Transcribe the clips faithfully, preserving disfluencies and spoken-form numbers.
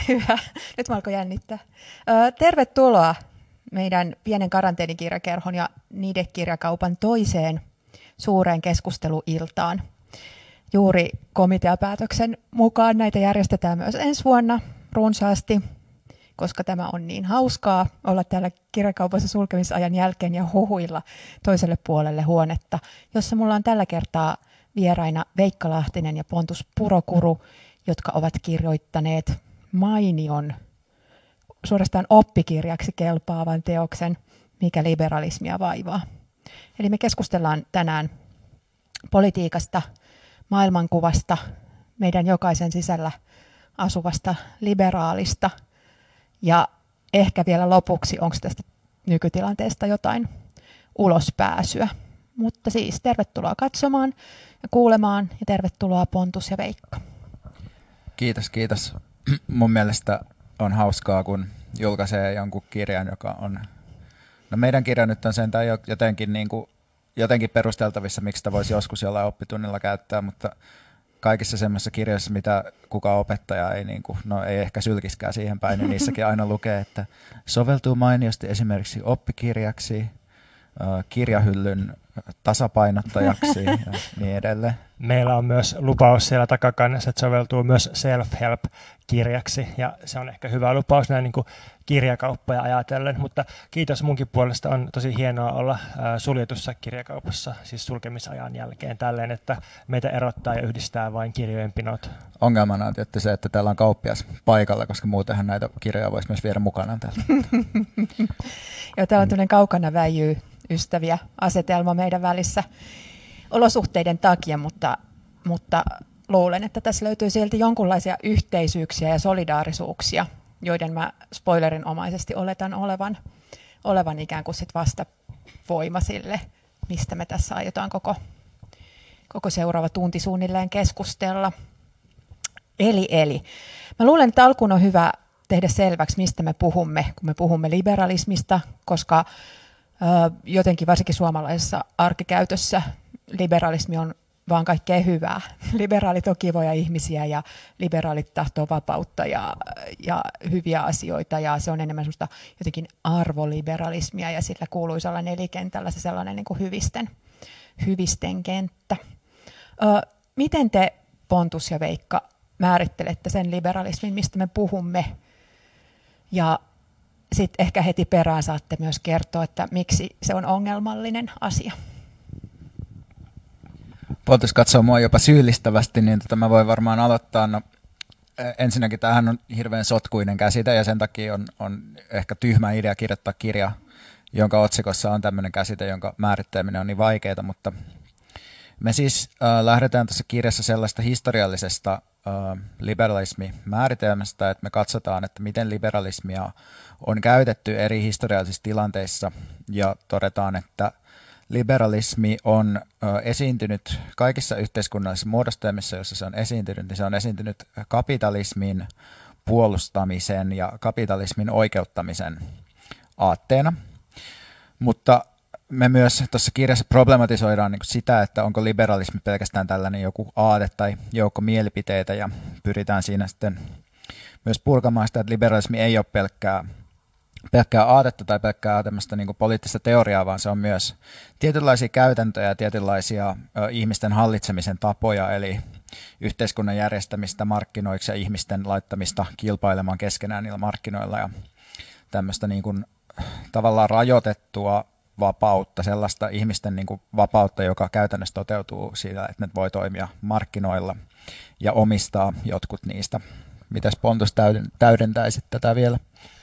Hyvä. Nyt mä alkoi jännittää. Tervetuloa meidän pienen karanteenikirjakerhon ja Nide-kirjakaupan toiseen suureen keskusteluiltaan. Juuri komiteapäätöksen mukaan näitä järjestetään myös ensi vuonna runsaasti, koska tämä on niin hauskaa olla täällä kirjakaupassa sulkemisajan jälkeen ja huhuilla toiselle puolelle huonetta, jossa mulla on tällä kertaa vieraina Veikka Lahtinen ja Pontus Purokuru, jotka ovat kirjoittaneet mainion, suorastaan oppikirjaksi kelpaavan teoksen, Mikä liberalismia vaivaa. Eli me keskustellaan tänään politiikasta, maailmankuvasta, meidän jokaisen sisällä asuvasta liberaalista ja ehkä vielä lopuksi, onko tästä nykytilanteesta jotain ulospääsyä. Mutta siis tervetuloa katsomaan ja kuulemaan ja tervetuloa Pontus ja Veikka. Kiitos, kiitos. Mun mielestä on hauskaa, kun julkaisee jonkun kirjan, joka on... No meidän kirja nyt on sentään jotenkin, niin kuin, jotenkin perusteltavissa, miksi sitä voisi joskus jollain oppitunnilla käyttää, mutta kaikissa semmoisissa kirjoissa, mitä kukaan opettaja ei, niin kuin, no ei ehkä sylkiskään siihen päin, niin niissäkin aina lukee, että soveltuu mainiosti esimerkiksi oppikirjaksi, kirjahyllyn tasapainottajaksi ja niin edelleen. Meillä on myös lupaus siellä takakannessa, että soveltuu myös self-help-kirjaksi, ja se on ehkä hyvä lupaus näin niin kuin kirjakauppoja ajatellen, mutta kiitos munkin puolesta, on tosi hienoa olla suljetussa kirjakaupassa, siis sulkemisajan jälkeen tälleen, että meitä erottaa ja yhdistää vain kirjojen pinot. Ongelmana on tietysti se, että täällä on kauppias paikalla, koska muutenhan näitä kirjoja voisi myös viedä mukanaan täällä. Joo, tämä on tämmöinen kaukana väijyy ystäviä asetelma meidän välissä olosuhteiden takia, mutta, mutta luulen, että tässä löytyy silti jonkunlaisia yhteisyyksiä ja solidaarisuuksia, joiden mä spoilerinomaisesti oletan olevan, olevan ikään kuin sit vastavoima sille, mistä me tässä aiotaan koko, koko seuraava tunti suunnilleen keskustella. Eli, eli. Mä luulen, että alkuun on hyvä tehdä selväksi, mistä me puhumme, kun me puhumme liberalismista, koska ö, jotenkin varsinkin suomalaisessa arkikäytössä liberalismi on vaan kaikkea hyvää. Liberaalit on kivoja ihmisiä ja liberaalit tahtoo vapautta ja, ja hyviä asioita ja se on enemmän sellaista jotenkin arvoliberalismia ja sillä kuuluisalla nelikentällä se sellainen niin kuin hyvisten, hyvisten kenttä. Ö, miten te, Pontus ja Veikka, määrittelette sen liberalismin, mistä me puhumme? Ja sitten ehkä heti perään saatte myös kertoa, että miksi se on ongelmallinen asia. Pontus katsoo mua jopa syyllistävästi, niin tota mä voin varmaan aloittaa. No, ensinnäkin tämähän on hirveän sotkuinen käsite ja sen takia on, on ehkä tyhmä idea kirjoittaa kirja, jonka otsikossa on tämmöinen käsite, jonka määritteleminen on niin vaikeaa, mutta me siis äh, lähdetään tässä kirjassa sellaista historiallisesta äh, liberalismimääritelmästä, että me katsotaan, että miten liberalismia on käytetty eri historiallisissa tilanteissa ja todetaan, että liberalismi on ö, esiintynyt kaikissa yhteiskunnallisissa muodostelmissa, joissa se on esiintynyt, niin se on esiintynyt kapitalismin puolustamisen ja kapitalismin oikeuttamisen aatteena. Mutta me myös tuossa kirjassa problematisoidaan niin kuin sitä, että onko liberalismi pelkästään tällainen joku aate tai joukko mielipiteitä, ja pyritään siinä sitten myös purkamaan sitä, että liberalismi ei ole pelkkää pelkkää aatetta tai pelkkää tämmöistä niin kuin poliittista teoriaa, vaan se on myös tietynlaisia käytäntöjä ja tietynlaisia ö, ihmisten hallitsemisen tapoja, eli yhteiskunnan järjestämistä markkinoiksi ja ihmisten laittamista kilpailemaan keskenään niillä markkinoilla ja tämmöistä niin kuin, tavallaan rajoitettua vapautta, sellaista ihmisten niin kuin vapautta, joka käytännössä toteutuu siitä, että ne voi toimia markkinoilla ja omistaa jotkut niistä. Mitäs Pontus täydentäisit tätä vielä?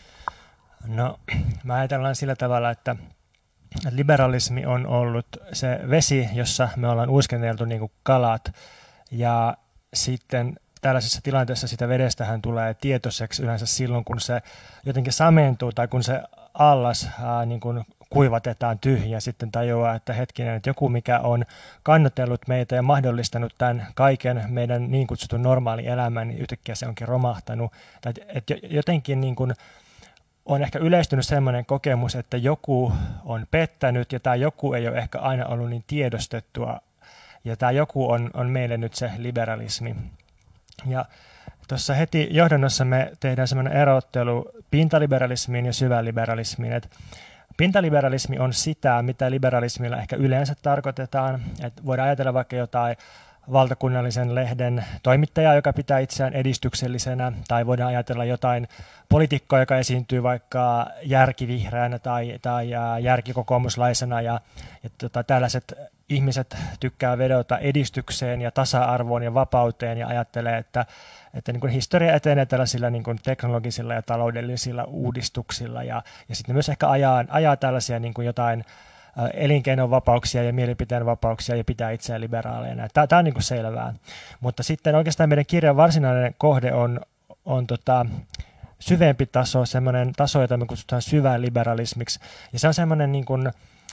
No, mä ajatellaan sillä tavalla, että liberalismi on ollut se vesi, jossa me ollaan uiskenneltu niin kuin kalat, ja sitten tällaisessa tilanteessa sitä vedestähän tulee tietoiseksi yleensä silloin, kun se jotenkin samentuu tai kun se allas ää, niin kuin kuivatetaan tyhjä, sitten tajuaa, että hetkinen, että joku mikä on kannatellut meitä ja mahdollistanut tämän kaiken meidän niin kutsutun normaali elämän, niin yhtäkkiä se onkin romahtanut. Tai, että jotenkin niin kuin on ehkä yleistynyt sellainen kokemus, että joku on pettänyt ja tämä joku ei ole ehkä aina ollut niin tiedostettua ja tämä joku on, on meille nyt se liberalismi. Ja Tuossa heti johdannossa me tehdään sellainen erottelu pintaliberalismiin ja syväliberalismiin. Et pintaliberalismi on sitä, mitä liberalismilla ehkä yleensä tarkoitetaan. Et voidaan ajatella vaikka jotain valtakunnallisen lehden toimittajaa, joka pitää itseään edistyksellisenä, tai voidaan ajatella jotain poliitikkoa, joka esiintyy vaikka järkivihreänä tai, tai järkikokoomuslaisena, ja, ja tota, tällaiset ihmiset tykkää vedota edistykseen ja tasa-arvoon ja vapauteen ja ajattelee, että, että niin kuin historia etenee tällaisilla niin kuin teknologisilla ja taloudellisilla uudistuksilla, ja, ja sitten myös ehkä ajaa, ajaa tällaisia niin kuin jotain elinkeinonvapauksia ja mielipiteenvapauksia ja pitää itseään liberaaleina. Tämä, tämä on niin kuin selvää. Mutta sitten oikeastaan meidän kirjan varsinainen kohde on, on tota, syvempi taso, semmoinen taso, jota me kutsutaan syväliberalismiksi. Ja se on semmoinen, niin kuin,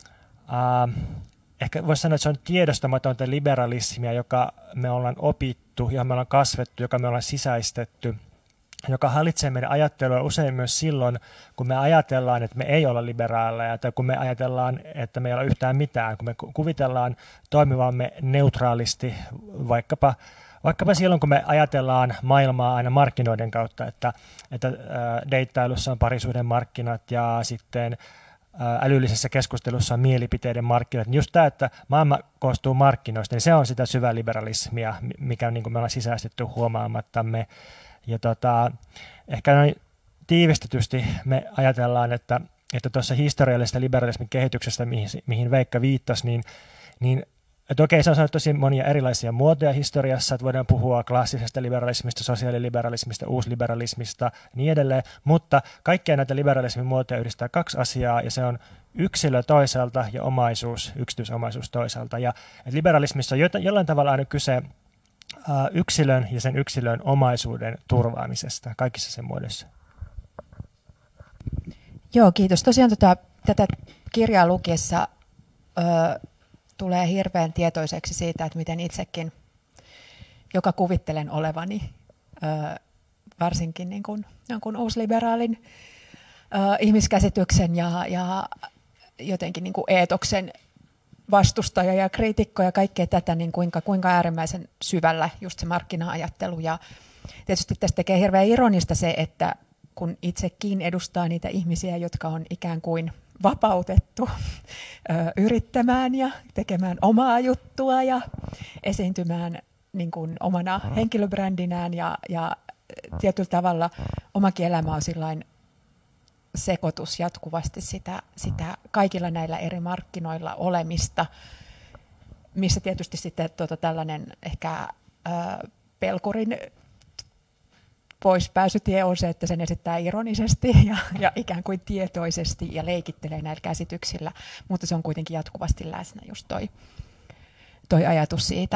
äh, ehkä voisi sanoa, että se on tiedostamatonta liberalismia, joka me ollaan opittu, johon me ollaan kasvettu, joka me ollaan sisäistetty, joka hallitsee meidän ajattelua usein myös silloin, kun me ajatellaan, että me ei olla liberaaleja, tai kun me ajatellaan, että me ei olla yhtään mitään, kun me kuvitellaan toimivamme neutraalisti, vaikkapa, vaikkapa silloin, kun me ajatellaan maailmaa aina markkinoiden kautta, että, että äh, deittailussa on parisuuden markkinat ja sitten äh, älyllisessä keskustelussa on mielipiteiden markkinat. Just tämä, että maailma koostuu markkinoista, niin se on sitä syväliberalismia, mikä niin kuin me ollaan sisäistetty huomaamattamme. Ja tota, ehkä noin tiivistetysti me ajatellaan, että että tuossa historiallisesta liberalismin kehityksestä, mihin, mihin Veikka viittasi, niin, niin että okei, se on saanut tosi monia erilaisia muotoja historiassa, että voidaan puhua klassisesta liberalismista, sosiaaliliberalismista, uusliberalismista ja niin edelleen, mutta kaikkia näitä liberalismin muotoja yhdistää kaksi asiaa, ja se on yksilö toisaalta ja omaisuus, yksityisomaisuus toisaalta. Ja että liberalismissa on jollain tavalla aina kyse yksilön ja sen yksilön omaisuuden turvaamisesta kaikissa sen muodossa. Joo, kiitos. Tosiaan tota, tätä kirjaa lukiessa ö, tulee hirveän tietoiseksi siitä, että miten itsekin, joka kuvittelen olevani, ö, varsinkin niin kuin jonkun uusliberaalin ö, ihmiskäsityksen ja, ja jotenkin niin kuin eetoksen vastustaja ja kriitikko ja kaikkea tätä, niin kuinka, kuinka äärimmäisen syvällä just se markkina-ajattelu. Ja tietysti tästä tekee hirveän ironista se, että kun itsekin edustaa niitä ihmisiä, jotka on ikään kuin vapautettu ö, yrittämään ja tekemään omaa juttua ja esiintymään niin kuin omana henkilöbrändinään ja, ja tietyllä tavalla omakin elämä on sillain sekoitus jatkuvasti sitä, sitä kaikilla näillä eri markkinoilla olemista, missä tietysti sitten tuota tällainen ehkä ö, pelkurin poispääsytie on se, että sen esittää ironisesti ja, ja ikään kuin tietoisesti ja leikittelee näillä käsityksillä, mutta se on kuitenkin jatkuvasti läsnä just toi, toi ajatus siitä.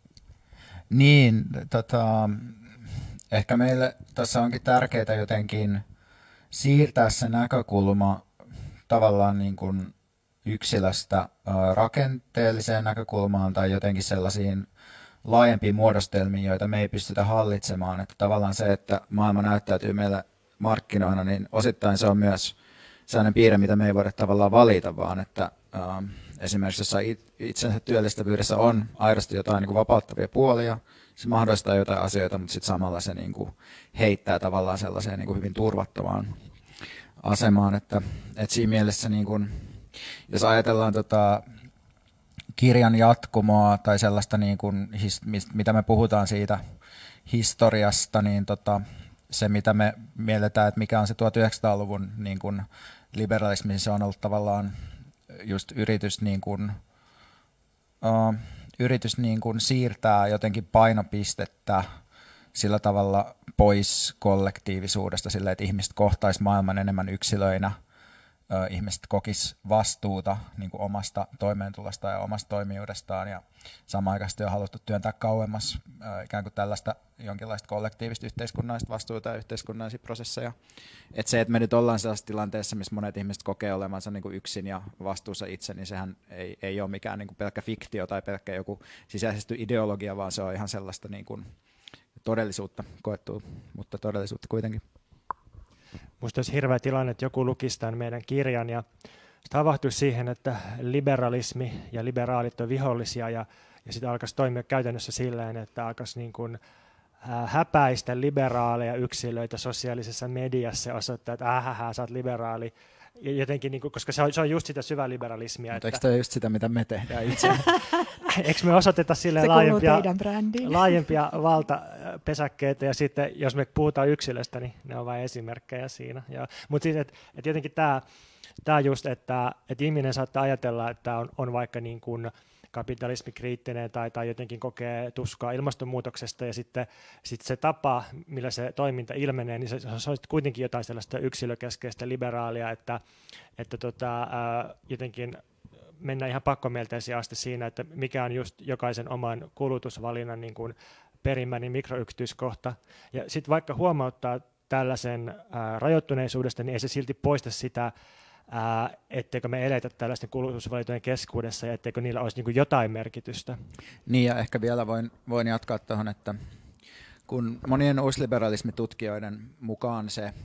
Niin, tota, ehkä meille tässä onkin tärkeää jotenkin siirtää se näkökulma tavallaan niin kuin yksilöstä rakenteelliseen näkökulmaan tai jotenkin sellaisiin laajempiin muodostelmiin, joita me ei pystytä hallitsemaan. Että tavallaan se, että maailma näyttäytyy meillä markkinoina, niin osittain se on myös sellainen piirre, mitä me ei voida tavallaan valita, vaan että äh, esimerkiksi jossain itsensä työllistävyydessä on aidosti jotain niin kuin vapauttavia puolia, se mahdollistaa jotain asioita, mutta sitten samalla se niin kuin heittää tavallaan sellaiseen niin kuin hyvin turvattomaan asemaan, että, että siinä mielessä niin kuin, jos ajatellaan tota, kirjan jatkumoa tai sellaista, niin kuin, mitä me puhutaan siitä historiasta, niin tota, se mitä me mielletään, että mikä on se tuhatyhdeksänsataaluvun niin kuin liberalismi, se on ollut tavallaan just yritys, niin kuin, uh, yritys niin kuin siirtää jotenkin painopistettä sillä tavalla pois kollektiivisuudesta, sillä että ihmiset kohtaisi maailman enemmän yksilöinä, ihmiset kokis vastuuta niin kuin omasta toimeentulosta ja omasta toimijuudestaan, ja samanaikaisesti on haluttu työntää kauemmas ikään kuin tällaista jonkinlaista kollektiivista yhteiskunnallista vastuuta ja yhteiskunnallisia prosesseja. Et se, että me nyt ollaan sellaisessa tilanteessa, missä monet ihmiset kokee olevansa niin kuin yksin ja vastuussa itse, niin sehän ei, ei ole mikään niin kuin pelkkä fiktio tai pelkkä joku sisäistetty ideologia, vaan se on ihan sellaista niin kuin todellisuutta koettua, mutta todellisuutta kuitenkin. Minusta olisi hirveä tilanne, että joku lukisi tämän meidän kirjan ja havahtuisi siihen, että liberalismi ja liberaalit on vihollisia ja, ja sitten alkaisi toimia käytännössä silleen, että alkaisi niin kuin häpäistä liberaaleja yksilöitä sosiaalisessa mediassa ja osoittaa, että ähähä, sä oot liberaali. Jotenkin, niin kuin, koska se on, se on just sitä syväliberalismia. Mutta eikö tämä just sitä, mitä me tehdään itse? Eikö me osoiteta silleen laajempia, laajempia valtapesäkkeitä, ja sitten jos me puhutaan yksilöstä, niin ne on vain esimerkkejä siinä. Mutta siis, että et jotenkin tämä, tämä just, että et ihminen saattaa ajatella, että on, on vaikka niin kuin kapitalismikriittinen tai, tai jotenkin kokee tuskaa ilmastonmuutoksesta, ja sitten sit se tapa, millä se toiminta ilmenee, niin se, se on kuitenkin jotain sellaista yksilökeskeistä liberaalia, että, että tota, ää, jotenkin mennään ihan pakkomielteisiin asti siinä, että mikä on just jokaisen oman kulutusvalinnan niin kuin perimmäinen mikroyksityiskohta. Ja sitten vaikka huomauttaa tällaisen ää, rajoittuneisuudesta, niin ei se silti poista sitä, ää, etteikö me eletä tällaisten kulutusvalintojen keskuudessa ja etteikö niillä olisi niin kuin jotain merkitystä. Niin, ja ehkä vielä voin, voin jatkaa tuohon, että kun monien uusliberalismitutkijoiden mukaan se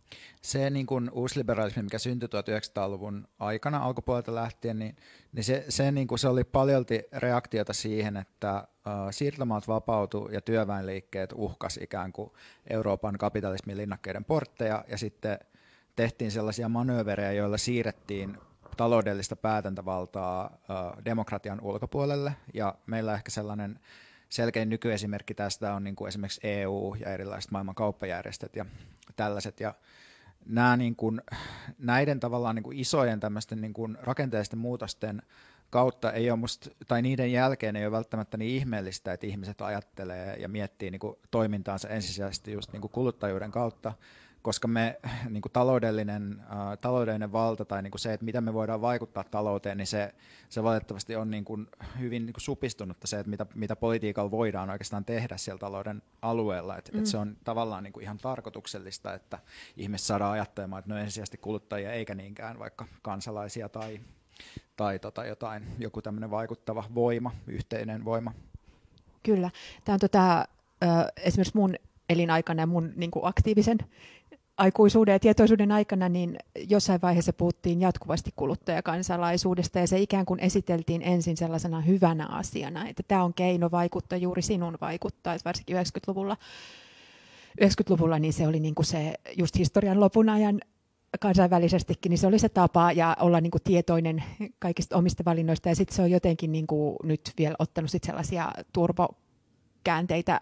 Se niin kuin uusliberalismi, mikä syntyi tuhatyhdeksänsataaluvun aikana alkupuolelta lähtien, niin, niin se, se, niin kuin se oli paljolti reaktiota siihen, että uh, siirtomaat vapautui ja työväenliikkeet uhkas ikään kuin Euroopan kapitalismin linnakkeiden portteja, ja sitten tehtiin sellaisia manööverejä, joilla siirrettiin taloudellista päätäntävaltaa uh, demokratian ulkopuolelle, ja meillä ehkä sellainen selkein nykyesimerkki tästä on niin kuin esimerkiksi E U ja erilaiset maailman kauppajärjestöt ja tällaiset, ja Nämä, niin kuin, näiden tavallaan niin kuin isojen tämmöisten niin kuin rakenteellisten muutosten kautta ei ole musta, tai niiden jälkeen ei ole välttämättä niin ihmeellistä, että ihmiset ajattelee ja miettii niin kuin toimintaansa ensisijaisesti just niin kuin kuluttajuuden kautta, koska me niin kuin taloudellinen, äh, taloudellinen valta tai niin kuin se, että miten me voidaan vaikuttaa talouteen, niin se, se valitettavasti on niin kuin hyvin niin kuin supistunutta se, että mitä, mitä politiikalla voidaan oikeastaan tehdä siellä talouden alueella. Et, mm. et se on tavallaan niin kuin ihan tarkoituksellista, että ihmiset saadaan ajattelemaan, että ne on ensisijaisesti kuluttajia eikä niinkään vaikka kansalaisia tai, tai tota jotain, joku tämmöinen vaikuttava voima, yhteinen voima. Kyllä. Tämä on tota, äh, esimerkiksi mun elinaikana ja mun niin kuin aktiivisen aikuisuuden ja tietoisuuden aikana, niin jossain vaiheessa puhuttiin jatkuvasti kuluttajakansalaisuudesta, ja se ikään kuin esiteltiin ensin sellaisena hyvänä asiana, että tämä on keino vaikuttaa juuri sinun vaikuttaa, että varsinkin yhdeksänkymmentäluvulla, yhdeksänkymmentäluvulla niin se oli niin kuin se just historian lopun ajan kansainvälisestikin, niin se oli se tapa ja olla niin kuin tietoinen kaikista omista valinnoista, ja sitten se on jotenkin niin kuin nyt vielä ottanut sit sellaisia turbokäänteitä,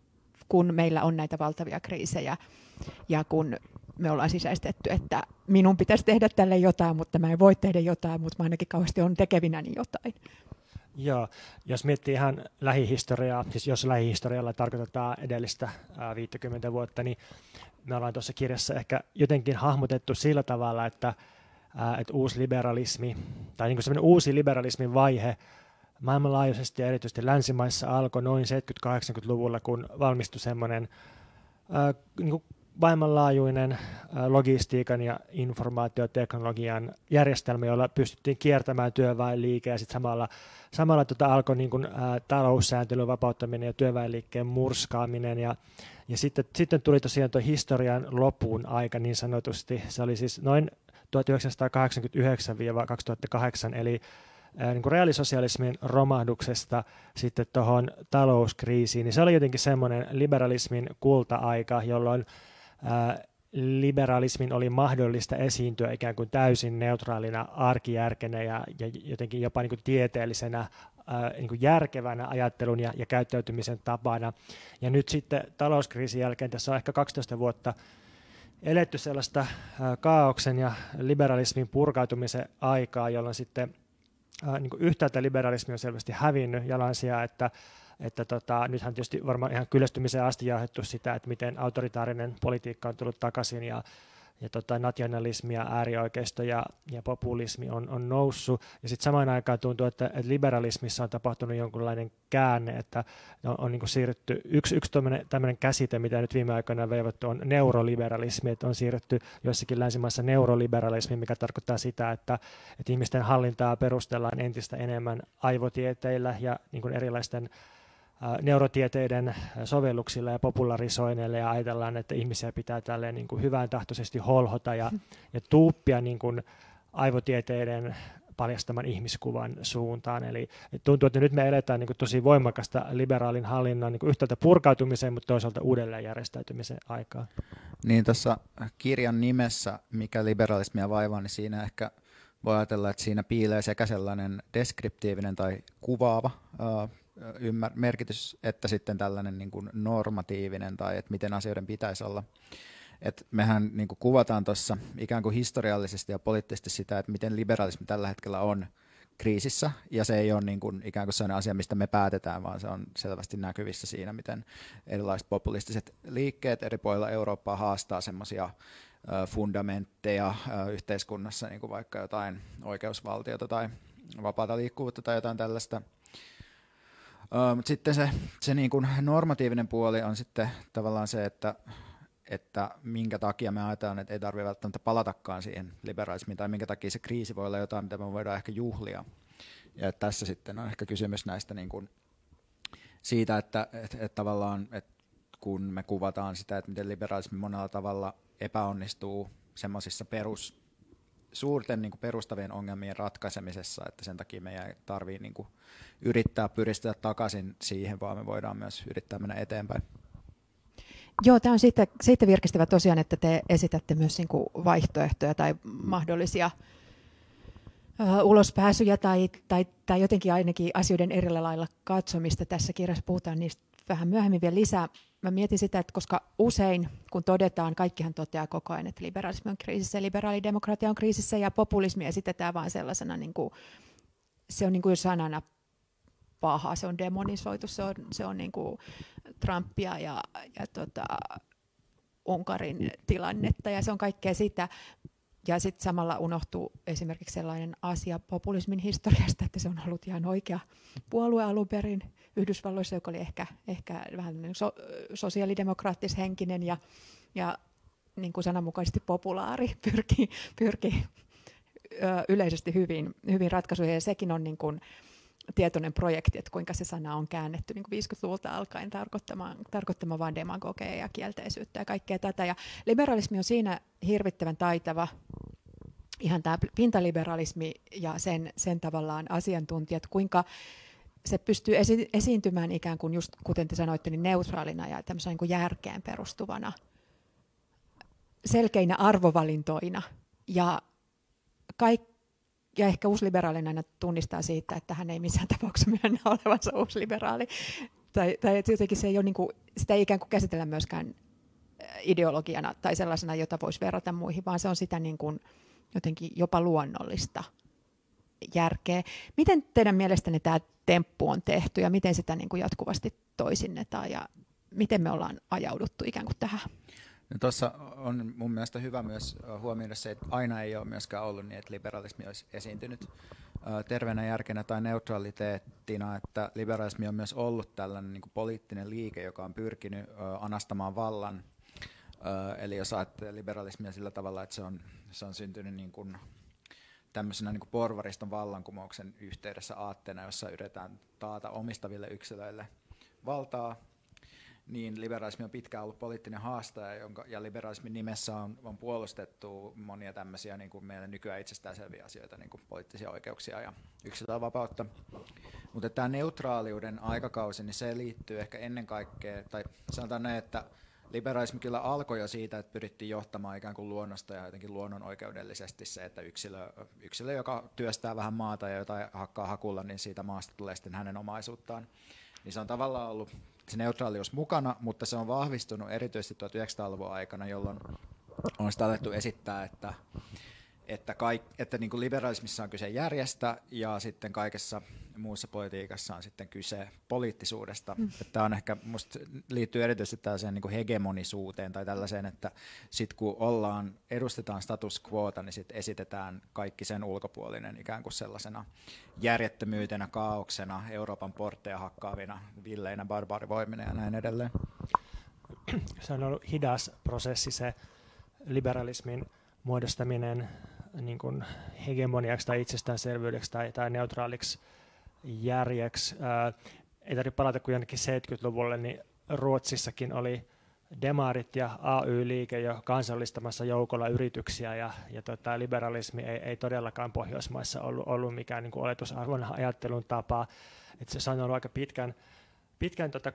kun meillä on näitä valtavia kriisejä ja kun me ollaan sisäistetty, että minun pitäisi tehdä tälle jotain, mutta mä en voi tehdä jotain, mutta mä ainakin kauheasti on tekevinäni jotain. Joo, jos miettii ihan lähihistoriaa, siis jos lähihistorialla tarkoitetaan edellistä ää, viisikymmentä vuotta, niin me ollaan tuossa kirjassa ehkä jotenkin hahmotettu sillä tavalla, että, ää, että uusi liberalismi, tai niin kuin semmoinen uusi liberalismin vaihe maailmanlaajuisesti ja erityisesti länsimaissa alkoi noin seitsemänkymmentä-kahdeksankymmentäluvulla, kun valmistui semmoinen ää, niin kuin maailmanlaajuinen ää, logistiikan ja informaatioteknologian järjestelmä, jolla pystyttiin kiertämään työväenliike, ja sitten samalla, samalla tota alkoi niin kuin, ää, taloussääntelyn vapauttaminen ja työväenliikkeen murskaaminen, ja, ja sitten, sitten tuli tosiaan tuo historian lopun aika niin sanotusti. Se oli siis noin tuhatyhdeksänsataakahdeksankymmentäyhdeksän kaksituhattakahdeksan, eli niin kuin reaalisosialismin romahduksesta sitten tuohon talouskriisiin, niin se oli jotenkin semmoinen liberalismin kulta-aika, jolloin ää, liberalismin oli mahdollista esiintyä ikään kuin täysin neutraalina arkijärkenä ja, ja jotenkin jopa niin kuin tieteellisenä ää, niin kuin järkevänä ajattelun ja, ja käyttäytymisen tapana. Ja nyt sitten talouskriisin jälkeen tässä on ehkä kaksitoista vuotta eletty sellaista ää, kaaoksen ja liberalismin purkautumisen aikaa, jolloin sitten Äh, niin kuin yhtäältä liberalismi on selvästi hävinnyt jalansijaa, että, että tota, nythän tietysti varmaan ihan kyllästymiseen asti jauhettu sitä, että miten autoritaarinen politiikka on tullut takaisin ja, ja tota, nationalismi ja äärioikeisto ja, ja populismi on, on noussut. Ja sitten samaan aikaan tuntuu, että, että liberalismissa on tapahtunut jonkunlainen käänne, että on, on niin kuin siirrytty, yksi, yksi tämmöinen käsite, mitä nyt viime aikoina on veivattu, on neuroliberalismi, että on siirrytty joissakin länsimaissa neuroliberalismi, mikä tarkoittaa sitä, että, että ihmisten hallintaa perustellaan entistä enemmän aivotieteillä ja niin kuin erilaisten neurotieteiden sovelluksilla ja popularisoinneilla, ja ajatellaan, että ihmisiä pitää tälleen niin kuin hyvän tahtoisesti holhota ja, ja tuuppia niin kuin aivotieteiden paljastaman ihmiskuvan suuntaan. Eli tuntuu, että nyt me eletään niin kuin tosi voimakasta liberaalin hallinnon niin kuin yhtäältä purkautumiseen, mutta toisaalta uudelleenjärjestäytymisen aikaa. Niin tuossa kirjan nimessä, mikä liberalismia vaivaa, niin siinä ehkä voi ajatella, että siinä piilee sekä sellainen deskriptiivinen tai kuvaava ää, ymmär- merkitys, että sitten tällainen niin kuin normatiivinen tai että miten asioiden pitäisi olla. Et mehän niin kuin kuvataan tuossa ikään kuin historiallisesti ja poliittisesti sitä, että miten liberalismi tällä hetkellä on kriisissä, ja se ei ole niin kuin ikään kuin sellainen asia, mistä me päätetään, vaan se on selvästi näkyvissä siinä, miten erilaiset populistiset liikkeet eri puolilla Eurooppaa haastaa semmoisia fundamentteja yhteiskunnassa, niin kuin vaikka jotain oikeusvaltiota tai vapaata liikkuvuutta tai jotain tällaista. Mutta sitten se, se niin kuin normatiivinen puoli on sitten tavallaan se, että että minkä takia me ajatellaan, että ei tarvitse välttämättä palatakaan siihen liberalismiin, tai minkä takia se kriisi voi olla jotain, mitä me voidaan ehkä juhlia. Ja tässä sitten on ehkä kysymys näistä niin kuin siitä, että, että, että tavallaan, että kun me kuvataan sitä, että miten liberalismi monella tavalla epäonnistuu semmoisissa perus, suurten niin kuin perustavien ongelmien ratkaisemisessa, että sen takia meidän ei tarvitse niin kuin yrittää pyristää takaisin siihen, vaan me voidaan myös yrittää mennä eteenpäin. Joo, tämä on siitä, siitä virkistävä tosiaan, että te esitätte myös niin kuin vaihtoehtoja tai mahdollisia uh, ulospääsyjä tai, tai, tai jotenkin ainakin asioiden eri lailla katsomista. Tässä kirjassa puhutaan niistä vähän myöhemmin vielä lisää. Mä mietin sitä, että koska usein kun todetaan, kaikkihan toteaa koko ajan, että liberalismi on kriisissä, liberaalidemokratia on kriisissä ja populismi esitetään vain sellaisena, niin kuin, se on niin kuin sanana paha, se on demonisoitu, se on, se on niin kuin Trumpia ja, ja tota, Unkarin tilannetta ja se on kaikkea sitä. Ja sitten samalla unohtuu esimerkiksi sellainen asia populismin historiasta, että se on ollut ihan oikea puolue alun perin Yhdysvalloissa, joka oli ehkä, ehkä vähän so, sosiaalidemokraattishenkinen ja, ja niin kuin sananmukaisesti populaari, pyrki, pyrki ö, yleisesti hyvin, hyvin ratkaisuihin ja sekin on niin kuin tietoinen projekti, että kuinka se sana on käännetty niin kuin viisikymmentäluvulta alkaen tarkoittamaan, tarkoittamaan vain demagogeja ja kielteisyyttä ja kaikkea tätä. Ja liberalismi on siinä hirvittävän taitava, ihan tämä pintaliberalismi ja sen, sen tavallaan asiantuntijat, kuinka se pystyy esi- esiintymään ikään kuin just kuten te sanoitte, niin neutraalina ja tämmöisenä niin kuin järkeen perustuvana, selkeinä arvovalintoina ja kaikki. Ja ehkä uusliberaalina aina tunnistaa siitä, että hän ei missään tapauksessa myönnä olevansa uusliberaali. Tai, tai jotenkin se ei ole niin kuin, sitä ei ikään kuin käsitellä myöskään ideologiana tai sellaisena, jota voisi verrata muihin, vaan se on sitä niin kuin jotenkin jopa luonnollista järkeä. Miten teidän mielestänne tämä temppu on tehty ja miten sitä niin kuin jatkuvasti toisinnetaan ja miten me ollaan ajauduttu ikään kuin tähän? No tuossa on mun mielestä hyvä myös huomioida se, että aina ei ole myöskään ollut niin, että liberalismi olisi esiintynyt terveenä järkenä tai neutraliteettina, että liberalismi on myös ollut tällainen niin kuin poliittinen liike, joka on pyrkinyt anastamaan vallan. Eli jos ajattelee liberalismia sillä tavalla, että se on, se on syntynyt niin kuin tämmöisenä niin kuin porvariston vallankumouksen yhteydessä aatteena, jossa yritetään taata omistaville yksilöille valtaa, niin liberalismi on pitkään ollut poliittinen haastaja, jonka, ja liberalismin nimessä on, on puolustettu monia tämmöisiä niin kuin meille nykyään itsestäänselviä asioita, niin kuin poliittisia oikeuksia ja yksilönvapautta. Mutta tämä neutraaliuden aikakausi, niin se liittyy ehkä ennen kaikkea, tai sanotaan näin, että liberalismi kyllä alkoi jo siitä, että pyrittiin johtamaan ikään kuin luonnosta ja jotenkin luonnon oikeudellisesti se, että yksilö, yksilö, joka työstää vähän maata ja jotain hakkaa hakulla, niin siitä maasta tulee sitten hänen omaisuuttaan. Niin se on tavallaan ollut se neutraalius mukana, mutta se on vahvistunut erityisesti tuhatyhdeksänsataaluvun aikana, jolloin on sitä alettu esittää, että, että, kaik, että niin kuin liberalismissa on kyse järjestä ja sitten kaikessa muussa politiikassa on sitten kyse poliittisuudesta. Mm. Tämä on ehkä, musta liittyy erityisesti tällaiseen niin kuin hegemonisuuteen tai tällaiseen, että sit kun ollaan, edustetaan status quota, niin sit esitetään kaikki sen ulkopuolinen ikään kuin sellaisena järjettömyytenä, kaauksena, Euroopan portteja hakkaavina, villeinä, barbaarivoimina ja näin edelleen. Se on ollut hidas prosessi se liberalismin muodostaminen niin kuin hegemoniaksi tai itsestäänselvyydeksi tai, tai neutraaliksi järjeksi. Ää, ei tarvitse palata kuin jonnekin seitsemänkymmentäluvulle, niin Ruotsissakin oli demarit ja A Y-liike jo kansallistamassa joukolla yrityksiä, ja, ja tota, liberalismi ei, ei todellakaan Pohjoismaissa ollut, ollut mikään niin kuin oletusarvon ajattelun tapa. Et se on ollut aika pitkän, pitkän tota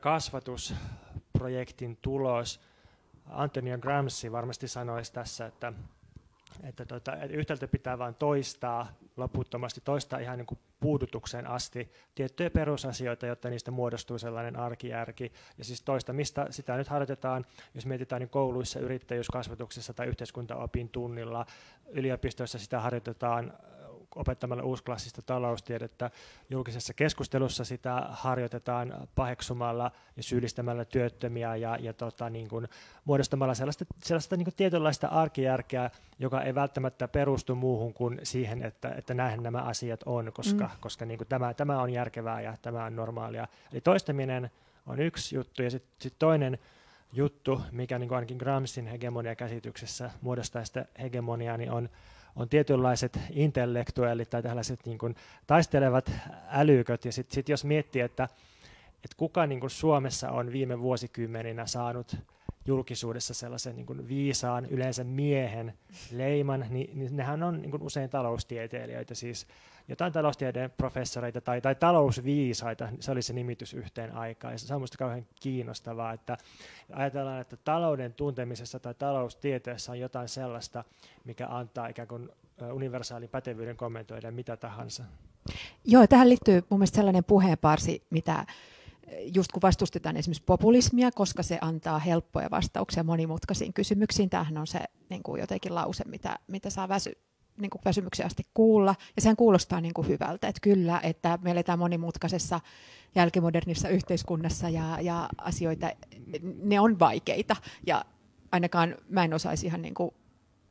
kasvatusprojektin tulos. Antonio Gramsci varmasti sanoisi tässä, että, että, tota, että yhtäältä pitää vain toistaa loputtomasti, toistaa ihan niin kuin puudutukseen asti tiettyjä perusasioita, jotta niistä muodostuu sellainen arkijärki. Ja siis toista, mistä sitä nyt harjoitetaan, jos mietitään niin kouluissa, yrittäjyyskasvatuksessa tai yhteiskuntaopin tunnilla, yliopistoissa sitä harjoitetaan opettamalla uusklassista taloustiedettä, julkisessa keskustelussa sitä harjoitetaan paheksumalla ja syyllistämällä työttömiä ja, ja tota, niin kuin, muodostamalla sellaista, sellaista niin kuin tietynlaista arkijärkeä, joka ei välttämättä perustu muuhun kuin siihen, että, että näinhän nämä asiat on, koska, mm. koska niin kuin tämä, tämä on järkevää ja tämä on normaalia. Eli toistaminen on yksi juttu, ja sitten sit toinen juttu, mikä niin kuin ainakin Gramscin hegemonia-käsityksessä muodostaa sitä hegemoniaa, niin on on tietynlaiset intellektuellit tai tällaiset niin kuin taistelevat älyköt. Ja sitten sit jos miettii, että, että kuka niin kuin Suomessa on viime vuosikymmeninä saanut julkisuudessa sellaisen niin kuin viisaan, yleensä miehen leiman, niin, niin nehän on niin kuin usein taloustieteilijöitä, siis jotain taloustieteen professoreita tai, tai talousviisaita, se oli se nimitys yhteen aikaan. Ja se on minusta kauhean kiinnostavaa, että ajatellaan, että talouden tuntemisessa tai taloustieteessä on jotain sellaista, mikä antaa ikään kuin universaalin pätevyyden kommentoida mitä tahansa. Joo, tähän liittyy mun mielestä sellainen puheenparsi, mitä just kun vastustetaan esimerkiksi populismia, koska se antaa helppoja vastauksia monimutkaisiin kysymyksiin. Tämähän on se niin kuin jotenkin lause, mitä, mitä saa väsy, niin kuin väsymyksiä asti kuulla. Ja sehän kuulostaa niin kuin hyvältä, että kyllä, että me eletään monimutkaisessa jälkimodernissa yhteiskunnassa ja, ja asioita, ne on vaikeita. Ja ainakaan mä en osaisi ihan niin kuin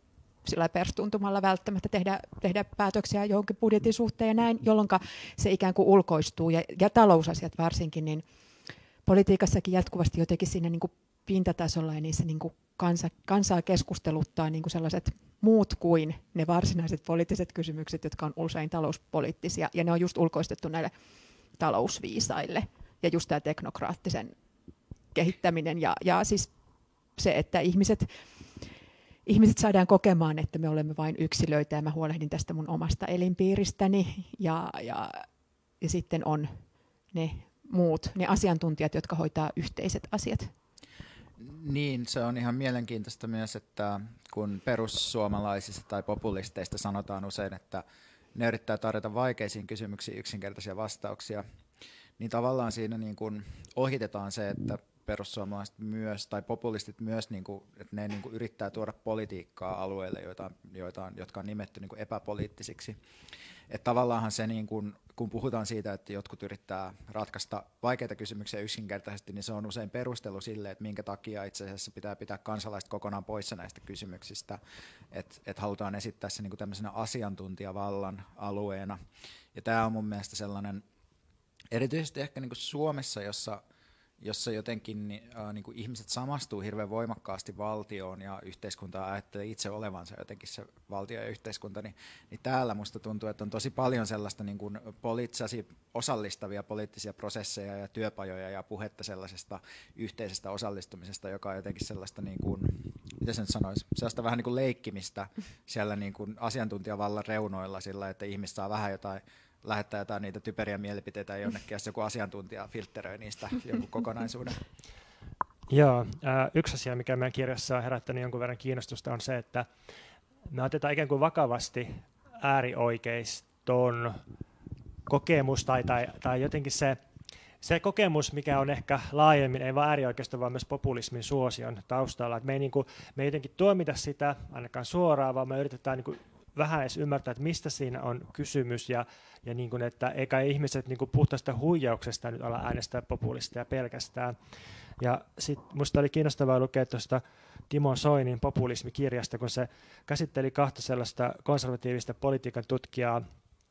sillä perstuntumalla välttämättä tehdä, tehdä päätöksiä johonkin budjetin suhteen ja näin, jolloin se ikään kuin ulkoistuu. Ja, ja talousasiat varsinkin, niin politiikassakin jatkuvasti jotenkin siinä niin kuin pintatasolla ja niissä niin kuin kansa, kansaa keskusteluttaa niin kuin sellaiset muut kuin ne varsinaiset poliittiset kysymykset, jotka on usein talouspoliittisia, ja ne on just ulkoistettu näille talousviisaille. Ja just tämä teknokraattisen kehittäminen ja, ja siis se, että ihmiset... Ihmiset saadaan kokemaan, että me olemme vain yksilöitä ja mä huolehdin tästä mun omasta elinpiiristäni ja, ja, ja sitten on ne muut, ne asiantuntijat, jotka hoitaa yhteiset asiat. Niin, se on ihan mielenkiintoista myös, että kun perussuomalaisista tai populisteista sanotaan usein, että ne yrittää tarjota vaikeisiin kysymyksiin yksinkertaisia vastauksia, niin tavallaan siinä niin kuin ohitetaan se, että perussuomalaiset myös, tai populistit myös, niin kuin, että ne niin kuin yrittää tuoda politiikkaa alueille, joita, joita on, jotka on nimetty niin kuin epäpoliittisiksi. Että tavallaanhan se, niin kuin, kun puhutaan siitä, että jotkut yrittää ratkaista vaikeita kysymyksiä yksinkertaisesti, niin se on usein perustelu sille, että minkä takia itse asiassa pitää pitää kansalaiset kokonaan poissa näistä kysymyksistä. Että et halutaan esittää se niin kuin tämmöisenä asiantuntijavallan alueena. Ja tämä on mun mielestä sellainen, erityisesti ehkä niin kuin Suomessa, jossa jossa jotenkin äh, niin kuin ihmiset samastuu hirveän voimakkaasti valtioon ja yhteiskuntaa ajattelee itse olevansa jotenkin se valtio ja yhteiskunta, niin, niin täällä musta tuntuu, että on tosi paljon sellaista niin kuin poliittisia, osallistavia poliittisia prosesseja ja työpajoja ja puhetta sellaisesta yhteisestä osallistumisesta, joka on jotenkin sellaista, niin kuin, mitä se nyt sanoisi, sellaista vähän niin kuin leikkimistä siellä niin kuin asiantuntijavallan reunoilla sillä, että ihmiset saa vähän jotain lähettää jotain niitä typeriä mielipiteitä jonnekin, jos joku asiantuntija filtteröi niistä jonkun kokonaisuuden. Joo, yksi asia, mikä meidän kirjassa on herättänyt jonkun verran kiinnostusta, on se, että me otetaan ikään kuin vakavasti äärioikeiston kokemus tai, tai, tai jotenkin se, se kokemus, mikä on ehkä laajemmin, ei vain äärioikeiston, vaan myös populismin suosion taustalla. Että me ei, niin kuin, me ei jotenkin tuomita sitä ainakaan suoraan, vaan me yritetään niin kuin vähän edes ymmärtää, että mistä siinä on kysymys, ja, ja niin kuin, että eikä ihmiset niin kuin puhtaasta huijauksesta nyt ala äänestää populistia pelkästään. Ja sitten minusta oli kiinnostavaa lukea tuosta Timo Soinin populismikirjasta, kun se käsitteli kahta sellaista konservatiivista politiikan tutkijaa,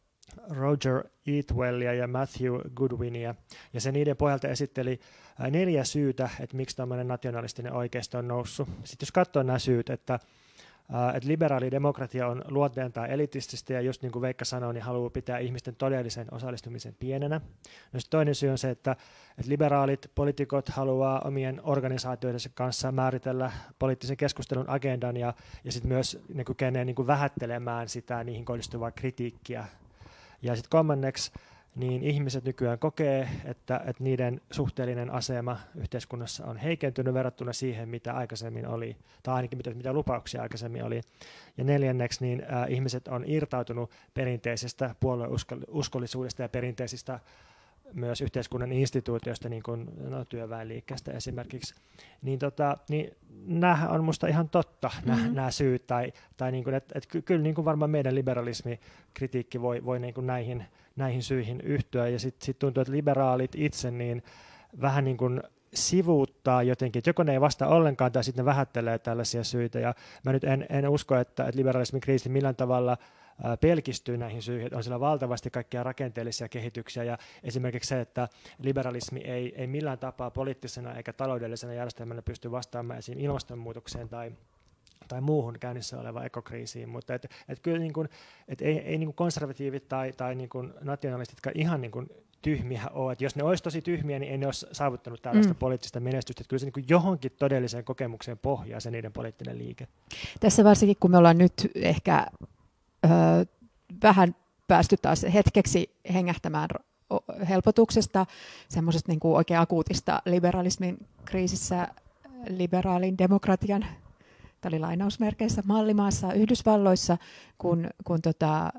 Roger Eatwellia ja Matthew Goodwinia, ja se niiden pohjalta esitteli neljä syytä, että miksi tämmöinen nationalistinen oikeisto on noussut. Sitten jos katsoo nämä syyt, että että liberaali demokratia on luonteeltaan elitististä ja just niin kuin Veikka sanoi, niin haluaa pitää ihmisten todellisen osallistumisen pienenä. No toinen syy on se, että, että liberaalit poliitikot haluaa omien organisaatioidensa kanssa määritellä poliittisen keskustelun agendan ja, ja sitten myös niin kuin kykenee niin kuin vähättelemään sitä niihin kohdistuvaa kritiikkiä. Ja sitten kolmanneksi, niin ihmiset nykyään kokee, että, että niiden suhteellinen asema yhteiskunnassa on heikentynyt verrattuna siihen, mitä aikaisemmin oli, tai ainakin mitä, mitä lupauksia aikaisemmin oli. Ja neljänneksi, niin äh, ihmiset on irtautunut perinteisestä puolueuskollisuudesta ja perinteisistä myös yhteiskunnan instituutioista, niin kuin no, työväenliikkeestä esimerkiksi, niin, tota, niin nämähän on minusta ihan totta, mm-hmm. nämä syyt, tai, tai niin kuin, että, että kyllä niin kuin varmaan meidän liberalismikritiikki voi, voi niin kuin näihin, näihin syihin yhtyä, ja sitten sit tuntuu, että liberaalit itse niin vähän niin kuin sivuuttaa jotenkin, että joko ne ei vastaa ollenkaan, tai sitten ne vähättelee tällaisia syitä, ja mä nyt en, en usko, että, että liberalismin kriisi millään tavalla pelkistyy näihin syihin, on siellä valtavasti kaikkia rakenteellisia kehityksiä ja esimerkiksi se, että liberalismi ei, ei millään tapaa poliittisena eikä taloudellisena järjestelmällä pysty vastaamaan esiin ilmastonmuutokseen tai, tai muuhun käynnissä olevaan ekokriisiin, mutta et, et kyllä niin kuin, et ei, ei niin kuin konservatiivit tai, tai niin kuin nationalistitkaan ihan niin kuin tyhmiä ole, että jos ne olisi tosi tyhmiä, niin ei ne olisi saavuttanut tällaista mm. poliittista menestystä, että kyllä se niin kuin johonkin todelliseen kokemukseen pohjaa se niiden poliittinen liike. Tässä varsinkin, kun me ollaan nyt ehkä Öö, vähän päästy taas hetkeksi hengähtämään helpotuksesta, semmoisesta niin kuin oikein akuutista liberalismin kriisissä liberaalin demokratian, tämä oli lainausmerkeissä, mallimaassa Yhdysvalloissa, kun, kun tota,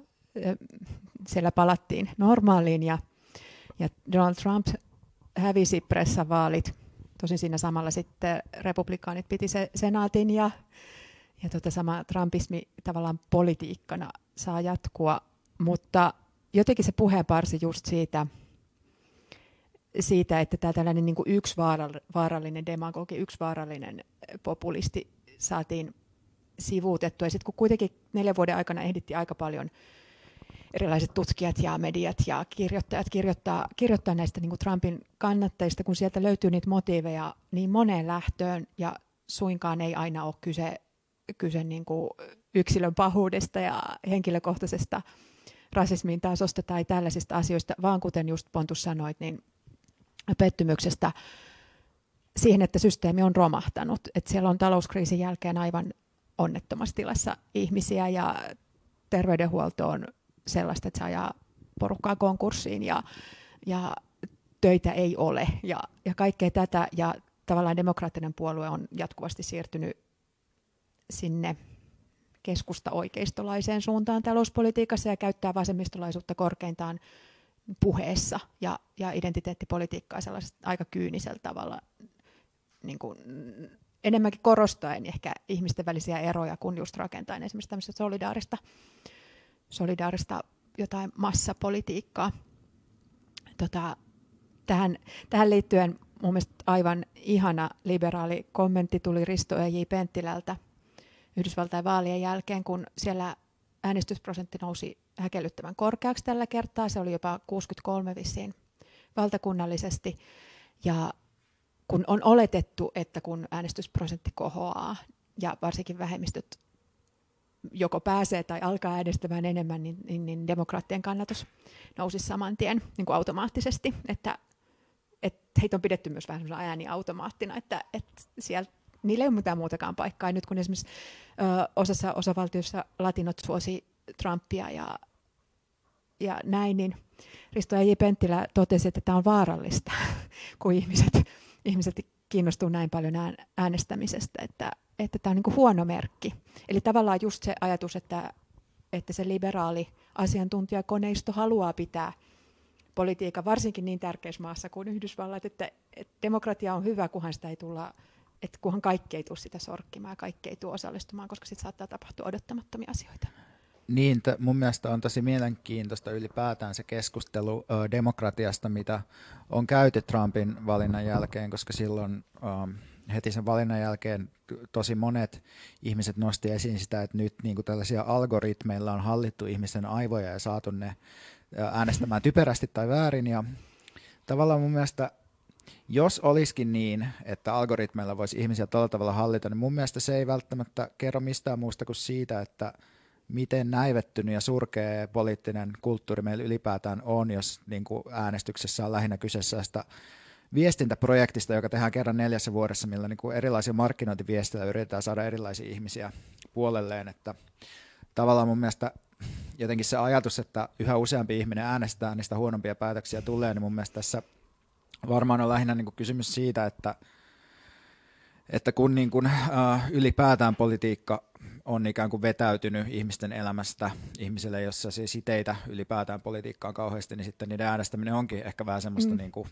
siellä palattiin normaaliin ja, ja Donald Trump hävisi pressavaalit, tosin siinä samalla sitten republikaanit piti se senaatin ja Ja tota sama trumpismi tavallaan politiikkana saa jatkua, mutta jotenkin se puheenparsi just siitä, siitä että tämä tällainen niin kuin yksi vaarallinen demagogi, yksi vaarallinen populisti saatiin sivuutettua. Ja sitten kun kuitenkin neljän vuoden aikana ehdittiin aika paljon erilaiset tutkijat ja mediat ja kirjoittajat kirjoittaa, kirjoittaa näistä niin kuin Trumpin kannattajista, kun sieltä löytyy niitä motiiveja niin moneen lähtöön ja suinkaan ei aina ole kyse kyse niin kuin yksilön pahuudesta ja henkilökohtaisesta rasismin tasosta tai tällaisista asioista, vaan kuten just Pontus sanoit, niin pettymyksestä siihen, että systeemi on romahtanut. Että siellä on talouskriisin jälkeen aivan onnettomassa tilassa ihmisiä ja terveydenhuolto on sellaista, että se ajaa porukkaa konkurssiin ja, ja töitä ei ole ja, ja kaikkea tätä. Ja tavallaan demokraattinen puolue on jatkuvasti siirtynyt sinne keskusta-oikeistolaiseen suuntaan talouspolitiikassa ja käyttää vasemmistolaisuutta korkeintaan puheessa ja, ja identiteettipolitiikkaa sellaisella aika kyynisellä tavalla, niin kuin enemmänkin korostaen ehkä ihmisten välisiä eroja kuin just rakentaen esimerkiksi tämmöistä solidaarista, solidaarista jotain massapolitiikkaa. Tota, tähän, tähän liittyen mun mielestä aivan ihana liberaali kommentti tuli Risto E J Penttilältä Yhdysvaltain vaalien jälkeen, kun siellä äänestysprosentti nousi häkellyttävän korkeaksi tällä kertaa. Se oli jopa kuusikymmentäkolme vissiin valtakunnallisesti. Ja kun on oletettu, että kun äänestysprosentti kohoaa ja varsinkin vähemmistöt joko pääsee tai alkaa äänestämään enemmän, niin, niin, niin demokraattien kannatus nousisi saman tien niin kuin automaattisesti. Että, että heitä on pidetty myös vähän ääniautomaattina, että, että sieltä niillä ei ole mitään muutakaan paikkaa. Nyt kun esimerkiksi ö, osassa osavaltioissa latinot suosi Trumpia ja, ja näin, niin Risto E J Penttilä totesi, että tämä on vaarallista, kun ihmiset, ihmiset kiinnostuu näin paljon äänestämisestä, että, että tämä on niin kuin huono merkki. Eli tavallaan just se ajatus, että, että se liberaali asiantuntijakoneisto haluaa pitää politiikan varsinkin niin tärkeässä maassa kuin Yhdysvallat, että, että demokratia on hyvä, kunhan sitä ei tulla että kunhan kaikki ei tule sitä sorkkimaan ja kaikki ei tule osallistumaan, koska sitten saattaa tapahtua odottamattomia asioita. Niin, t- mun mielestä on tosi mielenkiintoista ylipäätään se keskustelu ö, demokratiasta, mitä on käyty Trumpin valinnan jälkeen, koska silloin ö, heti sen valinnan jälkeen tosi monet ihmiset nosti esiin sitä, että nyt niin kuin tällaisia algoritmeilla on hallittu ihmisten aivoja ja saatu ne äänestämään typerästi tai väärin. Ja tavallaan mun mielestä jos olisikin niin, että algoritmeilla voisi ihmisiä tällä tavalla hallita, niin mun mielestä se ei välttämättä kerro mistään muusta kuin siitä, että miten näivettynyt ja surkea poliittinen kulttuuri meillä ylipäätään on, jos niin kuin äänestyksessä on lähinnä kyseessä sitä viestintäprojektista, joka tehdään kerran neljässä vuodessa, millä niin kuin erilaisia markkinointiviestillä yritetään saada erilaisia ihmisiä puolelleen, että tavallaan mun mielestä jotenkin se ajatus, että yhä useampi ihminen äänestää, niistä huonompia päätöksiä tulee, niin mun mielestä tässä varmaan on lähinnä niin kuin kysymys siitä, että, että kun niin kuin, äh, ylipäätään politiikka on ikään kuin vetäytynyt ihmisten elämästä, ihmisille, jossa siis siteitä ylipäätään politiikkaan kauheasti, niin sitten niiden äänestäminen onkin ehkä vähän semmoista, mm. niin kuin,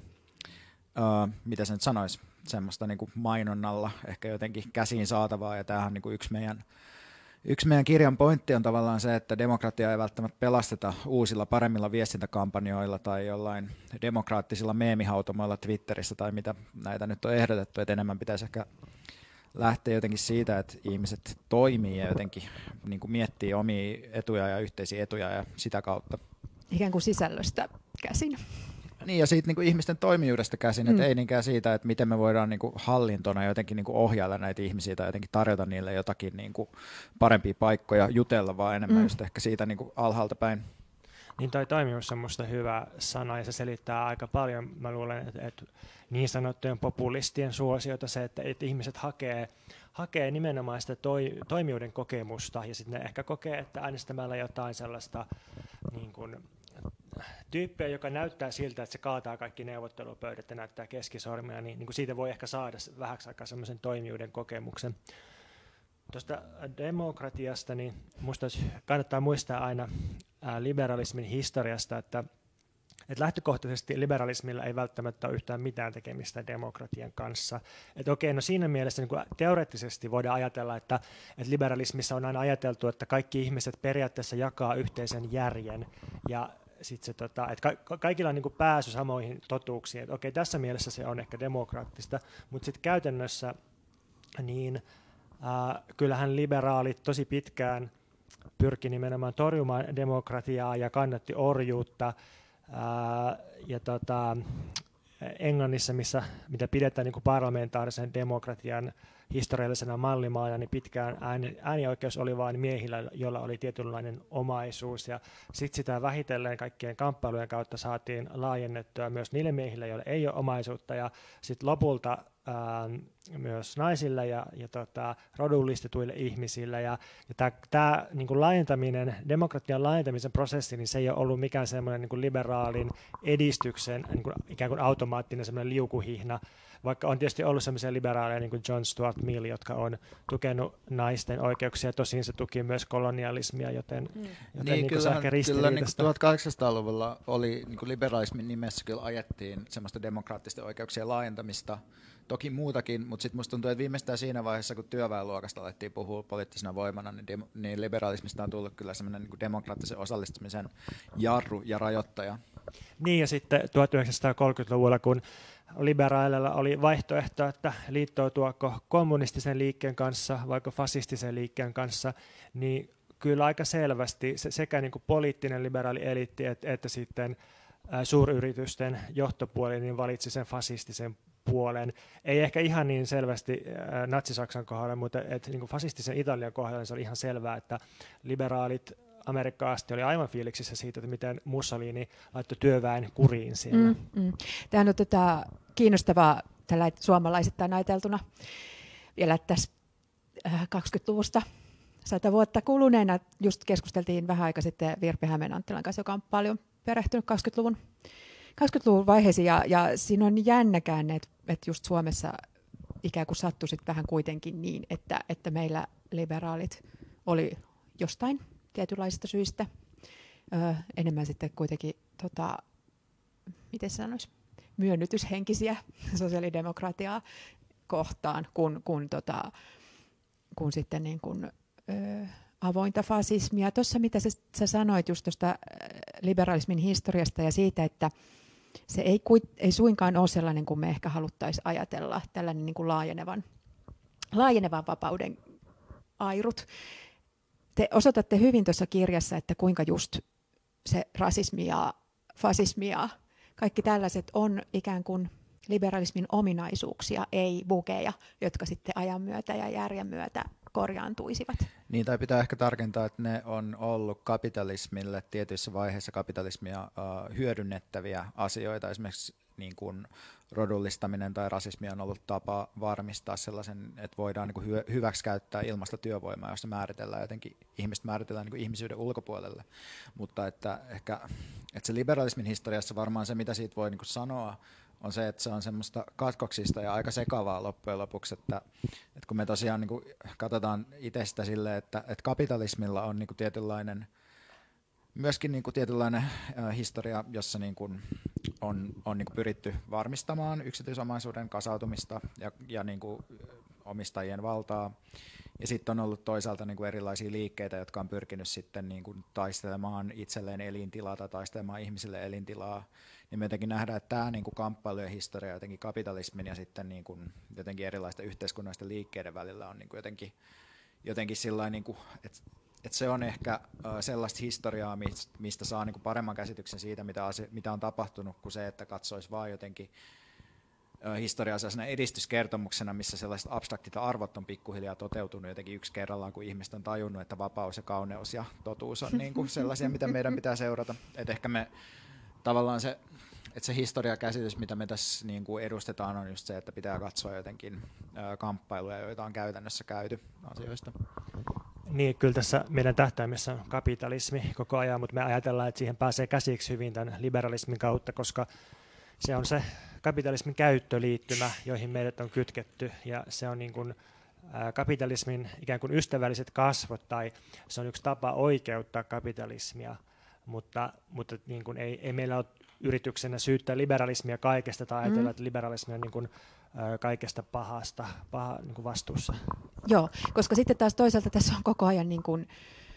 äh, mitä se nyt sanoisi, semmoista niin kuin mainonnalla ehkä jotenkin käsiin saatavaa, ja tämähän on niin kuin yksi meidän Yksi meidän kirjan pointti on tavallaan se, että demokratia ei välttämättä pelasteta uusilla paremmilla viestintäkampanjoilla tai jollain demokraattisilla meemihautomoilla Twitterissä tai mitä näitä nyt on ehdotettu, että enemmän pitäisi ehkä lähteä jotenkin siitä, että ihmiset toimii ja jotenkin niin kuin miettii omia etuja ja yhteisiä etuja ja sitä kautta. Ikään kuin sisällöstä käsin. Niin, ja siitä niin kuin ihmisten toimijuudesta käsin, mm. että ei niinkään siitä, että miten me voidaan niin kuin hallintona jotenkin niin kuin ohjailla näitä ihmisiä tai jotenkin tarjota niille jotakin niin kuin parempia paikkoja jutella, vaan enemmän mm. just ehkä siitä niin kuin alhaalta päin. Niin toi toimijuus on musta hyvä sana ja se selittää aika paljon. Mä luulen, että, että niin sanottujen populistien suosiota se, että, että ihmiset hakee, hakee nimenomaan sitä toi, toimijuuden kokemusta ja sitten ne ehkä kokee, että äänestämällä jotain sellaista niin kuin tyyppiä, joka näyttää siltä, että se kaataa kaikki neuvottelupöydät ja näyttää keskisormia, niin, niin kuin siitä voi ehkä saada vähäksi aikaa semmoisen toimijuuden kokemuksen. Tuosta demokratiasta, niin minusta kannattaa muistaa aina liberalismin historiasta, että, että lähtökohtaisesti liberalismilla ei välttämättä ole yhtään mitään tekemistä demokratian kanssa. Että okei, no siinä mielessä niin kuin teoreettisesti voidaan ajatella, että, että liberalismissa on aina ajateltu, että kaikki ihmiset periaatteessa jakaa yhteisen järjen ja sit se, tota, että ka- kaikilla on niin kuin pääsy samoihin totuuksiin. Että okei, tässä mielessä se on ehkä demokraattista, mutta sitten käytännössä niin äh, kyllähän liberaalit tosi pitkään pyrki nimenomaan torjumaan demokratiaa ja kannatti orjuutta. Ää, ja tota, Englannissa, missä, mitä pidetään niin kuin parlamentaarisen demokratian historiallisena mallimaana, niin pitkään ääni, äänioikeus oli vain miehillä, joilla oli tietynlainen omaisuus. Ja sitten sitä vähitellen kaikkien kamppailujen kautta saatiin laajennettua myös niille miehille, joilla ei ole omaisuutta. Ja sitten lopulta ää, myös naisille ja, ja tota, rodullistetuille ihmisille. Ja, ja tämä niin laajentaminen, demokratian laajentamisen prosessi, niin se ei ole ollut mikään semmoinen niin kuin liberaalin edistyksen niin kuin ikään kuin automaattinen semmoinen liukuhihna, vaikka on tietysti ollut sellaisia liberaaleja niin kuin John Stuart Mill, jotka on tukenut naisten oikeuksia, tosin se tuki myös kolonialismia, joten, mm. joten niin, niin kyllähän, kyllä niin tuhatkahdeksansataaluvulla oli, niin kuin liberalismin nimessä kyllä ajettiin semmoista demokraattisten oikeuksien laajentamista, toki muutakin, mutta sitten musta tuntuu, että viimeistään siinä vaiheessa, kun työväenluokasta alettiin puhua poliittisena voimana, niin, dem- niin liberalismista on tullut kyllä semmoinen niin kuin demokraattisen osallistumisen jarru ja rajoittaja. Niin, ja sitten tuhatyhdeksänsataakolmekymmentäluvulla, kun liberaaleilla oli vaihtoehto, että liittoutuako kommunistisen liikkeen kanssa vaikka fasistisen liikkeen kanssa, niin kyllä aika selvästi se, sekä niin kuin poliittinen liberaali eliitti että, että sitten ä, suuryritysten johtopuoli niin valitsi sen fasistisen puolen. Ei ehkä ihan niin selvästi ä, natsi-Saksan kohdalla, mutta et, niin kuin fasistisen Italian kohdalla se oli ihan selvää, että liberaalit Amerikkaan asti oli aivan fiiliksissä siitä, että miten Mussolini laittoi työväen kuriin siellä. Mm, mm. Tämähän on tota, kiinnostavaa tällä suomalaisittain ajateltuna vielä tässä äh, kaksikymmentäluvusta sata vuotta kuluneena. Just keskusteltiin vähän aika sitten Virpi Hämeenanttilan kanssa, joka on paljon perehtynyt kaksikymmentäluvun, kaksikymmentäluvun vaiheisiin. Ja, ja siinä on jännä käänne, että, että just Suomessa ikään kuin sattui sit vähän kuitenkin niin, että, että meillä liberaalit oli jostain tietynlaisista syistä öö, enemmän sitten kuitenkin, tota, miten sanoisi, myönnytyshenkisiä sosiaalidemokratiaa kohtaan, kun, kun, tota, kun sitten niin kuin, öö, avointa fasismia. Tuossa mitä sä, sä sanoit just tuosta liberalismin historiasta ja siitä, että se ei, ei suinkaan ole sellainen kuin me ehkä haluttaisiin ajatella, tällainen niin kuin laajenevan, laajenevan vapauden airut. Te osoitatte hyvin tuossa kirjassa, että kuinka just se rasismi ja fasismi ja kaikki tällaiset on ikään kuin liberalismin ominaisuuksia, ei bukeja, jotka sitten ajan myötä ja järjen myötä korjaantuisivat. Niin, tai pitää ehkä tarkentaa, että ne on ollut kapitalismille tietyissä vaiheissa kapitalismia uh, hyödynnettäviä asioita. Esimerkiksi niin kuin rodullistaminen tai rasismi on ollut tapa varmistaa sellaisen, että voidaan niin kuin hy- hyväksikäyttää ilmaista työvoimaa, josta määritellään jotenkin, ihmiset määritellään niin kuin ihmisyyden ulkopuolelle. Mutta että ehkä että se liberalismin historiassa varmaan se, mitä siitä voi niin kuin sanoa, on se, että se on semmoista katkoksista ja aika sekavaa loppujen lopuksi, että, että kun me tosiaan niin kuin katsotaan itse sitä silleen, että, että kapitalismilla on niin kuin tietynlainen, myöskin niin kuin tietynlainen äh, historia, jossa niin kuin on, on niin kuin pyritty varmistamaan yksityisomaisuuden kasautumista ja, ja niin kuin omistajien valtaa. Ja sitten on ollut toisaalta niin kuin erilaisia liikkeitä, jotka on pyrkinyt sitten niin kuin taistelemaan itselleen elintilaa tai taistelemaan ihmisille elintilaa. Niin me jotenkin nähdään, että tämä niin kuin kamppailu ja historia jotenkin kapitalismin ja sitten niin kuin jotenkin erilaisten yhteiskunnallisten liikkeiden välillä on niin kuin jotenkin, jotenkin sillain, niin kuin, että että se on ehkä sellaista historiaa, mistä saa niinku paremman käsityksen siitä, mitä, asia, mitä on tapahtunut, kuin se, että katsoisi vaan jotenkin historiaa sellaisena edistyskertomuksena, missä sellaiset abstraktit arvot on pikkuhiljaa toteutunut jotenkin yksi kerrallaan, kun ihmiset on tajunnut, että vapaus ja kauneus ja totuus on niinku sellaisia, mitä meidän pitää seurata. Et ehkä me tavallaan se, että se historiakäsitys, mitä me tässä niinku edustetaan, on just se, että pitää katsoa jotenkin kamppailuja, joita on käytännössä käyty asioista. Niin, kyllä tässä meidän tähtäimessä on kapitalismi koko ajan, mutta me ajatellaan, että siihen pääsee käsiksi hyvin tämän liberalismin kautta, koska se on se kapitalismin käyttöliittymä, joihin meidät on kytketty, ja se on niin kuin kapitalismin ikään kuin ystävälliset kasvot, tai se on yksi tapa oikeuttaa kapitalismia, mutta, mutta niin kuin ei, ei meillä ole yrityksenä syyttää liberalismia kaikesta tai ajatella, mm. että liberalismi on niin kuin kaikesta pahasta paha, niin kuin vastuussa. Joo, koska sitten taas toisaalta tässä on koko ajan niin kuin,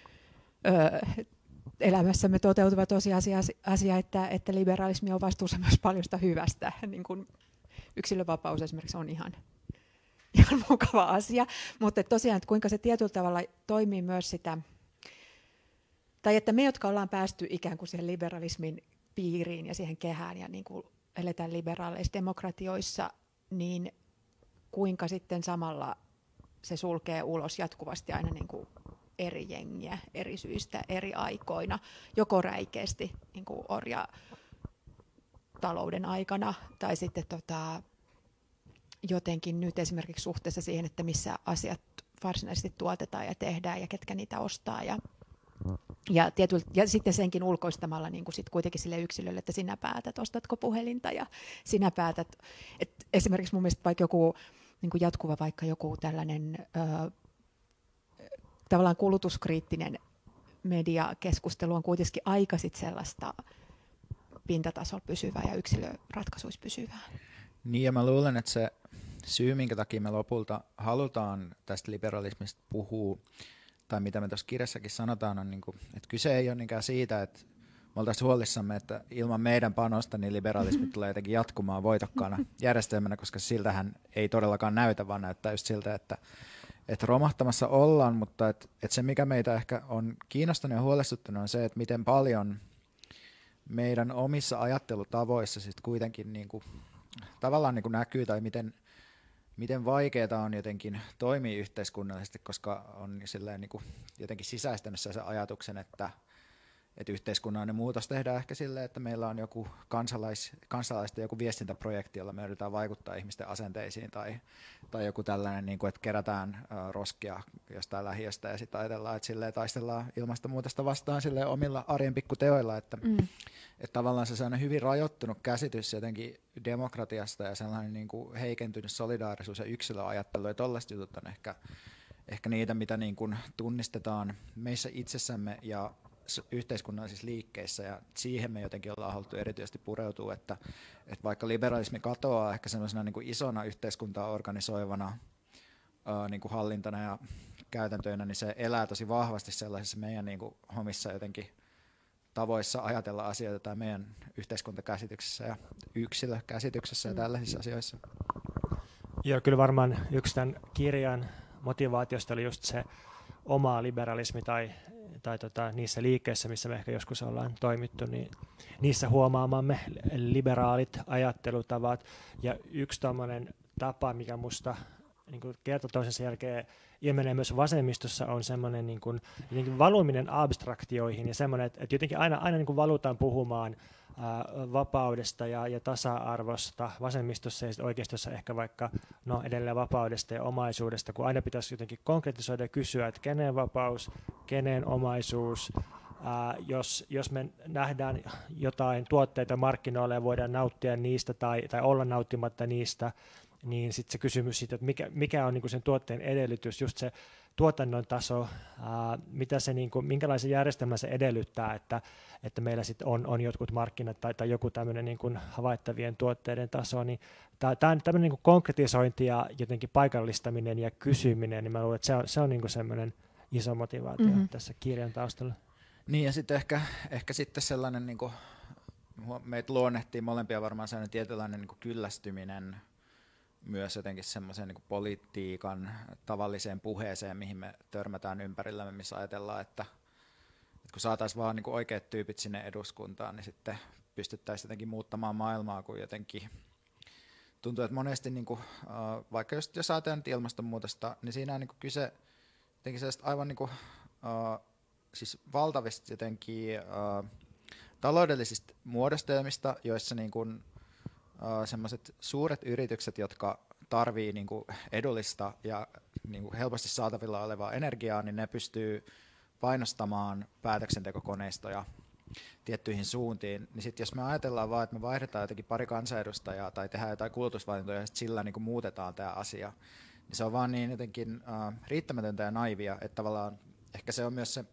ö, elämässämme toteutuva tosiasia, asia, että, että liberalismi on vastuussa myös paljosta hyvästä. Niin kuin yksilönvapaus esimerkiksi on ihan, ihan mukava asia, mutta tosiaan, että kuinka se tietyllä tavalla toimii myös sitä, tai että me, jotka ollaan päästy ikään kuin siihen liberalismin piiriin ja siihen kehään ja niin kuin eletään liberaaleissa demokratioissa, niin kuinka sitten samalla se sulkee ulos jatkuvasti aina niin kuin eri jengiä, eri syistä, eri aikoina, joko räikeästi niin kuin orjatalouden aikana tai sitten tota, jotenkin nyt esimerkiksi suhteessa siihen, että missä asiat varsinaisesti tuotetaan ja tehdään ja ketkä niitä ostaa ja Ja, tietyllä, ja sitten senkin ulkoistamalla niin kuin sit kuitenkin sille yksilölle, että sinä päätät, ostatko puhelinta ja sinä päätät. Et esimerkiksi mun mielestä vaikka joku niin kuin jatkuva vaikka joku tällainen ö, tavallaan kulutuskriittinen mediakeskustelu on kuitenkin aika sit sellaista pintatasolla pysyvää ja yksilöratkaisuissa pysyvää. Niin ja mä luulen, että se syy, minkä takia me lopulta halutaan tästä liberalismista puhua, tai mitä me tuossa kirjassakin sanotaan, on, niin kuin, että kyse ei ole niinkään siitä, että me oltaisiin huolissamme, että ilman meidän panosta niin liberalismi tulee jotenkin jatkumaan voitokkaana järjestelmänä, koska siltähän ei todellakaan näytä, vaan näyttää just siltä, että, että romahtamassa ollaan, mutta että, että se, mikä meitä ehkä on kiinnostanut ja huolestuttanut, on se, että miten paljon meidän omissa ajattelutavoissa sitten kuitenkin niin kuin, tavallaan niin kuin näkyy, tai miten miten vaikeaa on jotenkin toimia yhteiskunnallisesti, koska on silleen niin kuin jotenkin sisäistänyt se ajatuksen, että, että yhteiskunnallinen muutos tehdään ehkä silleen, että meillä on joku kansalais, kansalaisten joku viestintäprojekti, jolla me yritetään vaikuttaa ihmisten asenteisiin, tai, tai joku tällainen, niin kuin, että kerätään roskia jostain lähiöstä ja sitten ajatellaan, että silleen taistellaan ilmastonmuutosta vastaan silleen omilla arjen pikkuteoilla, että, mm. että tavallaan se sellainen hyvin rajoittunut käsitys jotenkin demokratiasta ja sellainen niin kuin heikentynyt solidaarisuus ja yksilöajattelu ja tollaiset jutut on ehkä, ehkä niitä, mitä niin kuin tunnistetaan meissä itsessämme ja yhteiskunnallisissa liikkeissä, ja siihen me jotenkin ollaan haluttu erityisesti pureutua, että, että vaikka liberalismi katoaa ehkä sellaisena niin kuin isona yhteiskuntaa organisoivana ää, niin kuin hallintana ja käytäntöinä, niin se elää tosi vahvasti sellaisissa meidän niin kuin omissa jotenkin tavoissa ajatella asioita tai meidän yhteiskuntakäsityksessä ja yksilökäsityksessä ja tällaisissa asioissa. Joo, kyllä varmaan yksi tämän kirjan motivaatiosta oli just se oma liberalismi tai, tai tota, niissä liikkeissä, missä me ehkä joskus ollaan toimittu, niin niissä huomaamamme liberaalit ajattelutavat. Ja yksi tämmöinen tapa, mikä musta niin kuin kerta toisensa jälkeen ilmenee myös vasemmistossa, on semmoinen niin kuin, jotenkin valuminen abstraktioihin ja semmoinen, että, että jotenkin aina, aina niin kuin valutaan puhumaan ää, vapaudesta ja, ja tasa-arvosta vasemmistossa ja oikeistossa ehkä vaikka no, edelleen vapaudesta ja omaisuudesta, kun aina pitäisi jotenkin konkretisoida ja kysyä, että kenen vapaus, kenen omaisuus. Ää, jos, jos me nähdään jotain tuotteita markkinoilla ja voidaan nauttia niistä tai, tai olla nauttimatta niistä, niin sitten se kysymys siitä, että mikä, mikä on niinku sen tuotteen edellytys, just se tuotannon taso, ää, mitä se, niinku, minkälaisen järjestelmän se edellyttää, että, että meillä sit on, on jotkut markkinat tai, tai joku tämmöinen niinku havaittavien tuotteiden taso, niin tämä on tämmöinen niinku konkretisointi ja jotenkin paikallistaminen ja kysyminen, niin mä luulen, että se on, se on niinku semmoinen iso motivaatio mm-hmm. tässä kirjan taustalla. Niin ja sitten ehkä, ehkä sitten sellainen, niinku, meitä luonnehtii molempia varmaan sellainen tietynlainen niinku kyllästyminen myös jotenkin semmoiseen niin kuin politiikan tavalliseen puheeseen, mihin me törmätään ympärillämme, missä ajatellaan, että, että kun saataisiin vaan niin kuin oikeat tyypit sinne eduskuntaan, niin sitten pystyttäisiin jotenkin muuttamaan maailmaa, kun jotenkin tuntuu, että monesti, niin kuin, vaikka just, jos ajatellaan ilmastonmuutosta, niin siinä on niin kuin kyse jotenkin sellaista aivan niin kuin, siis valtavista jotenkin taloudellisista muodostelmista, joissa niin kuin Uh, sellaiset suuret yritykset, jotka tarvii niinku edullista ja niinku helposti saatavilla olevaa energiaa, niin ne pystyy painostamaan päätöksentekokoneistoja tiettyihin suuntiin. Niin sit jos me ajatellaan vaan, että me vaihdetaan jotenkin pari kansanedustajaa tai tehdään jotain kulutusvalintoja ja sit sillä niinku muutetaan tämä asia, niin se on vaan niin jotenkin uh, riittämätöntä ja naivia, että tavallaan ehkä se on myös se,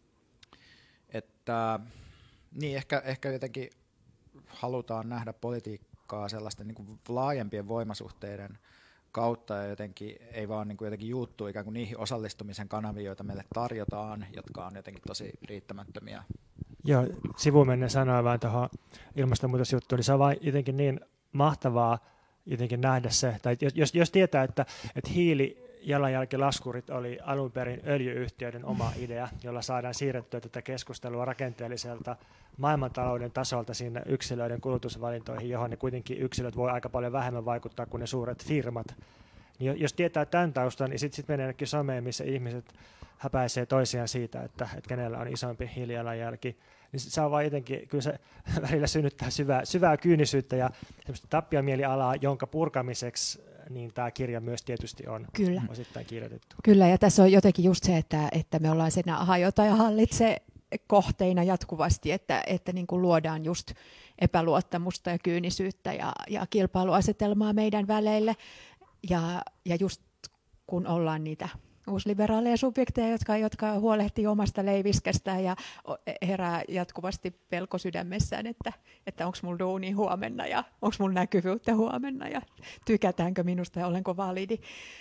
että niin ehkä, ehkä jotenkin halutaan nähdä politiikkaa sellaisten niin kuin laajempien voimasuhteiden kautta ja jotenkin ei vaan niin kuin jotenkin juuttuu ikään kuin niihin osallistumisen kanaviin, joita meille tarjotaan, jotka on jotenkin tosi riittämättömiä. Joo, sivumennen sanoa vaan tuohon ilmastonmuutosjuttuun, niin se on vaan jotenkin niin mahtavaa jotenkin nähdä se, tai jos, jos tietää, että, että hiilijalanjälkilaskurit oli alun perin öljy-yhtiöiden oma idea, jolla saadaan siirrettyä tätä keskustelua rakenteelliselta maailmantalouden tasolta sinne yksilöiden kulutusvalintoihin, johon ne kuitenkin yksilöt voi aika paljon vähemmän vaikuttaa kuin ne suuret firmat. Niin jos tietää tämän taustan, niin sitten sit menee ainakin someen, missä ihmiset häpäisee toisiaan siitä, että, että kenellä on isompi hiilijalanjälki. Niin se on vaan jotenkin, kyllä se välillä synnyttää syvää, syvää kyynisyyttä ja semmoista tappiamielialaa, jonka purkamiseksi niin tämä kirja myös tietysti on Kyllä. osittain kirjoitettu. Kyllä, ja tässä on jotenkin just se, että, että me ollaan siinä hajota ja hallitse kohteina jatkuvasti, että, että niin kuin luodaan just epäluottamusta ja kyynisyyttä ja, ja kilpailuasetelmaa meidän väleille. Ja, ja just kun ollaan niitä uusliberaaleja subjekteja, jotka, jotka huolehtii omasta leiviskästään ja herää jatkuvasti pelko sydämessään, että, että onko mulla duuni huomenna ja onko mulla näkyvyyttä huomenna ja tykätäänkö minusta ja olenko validi.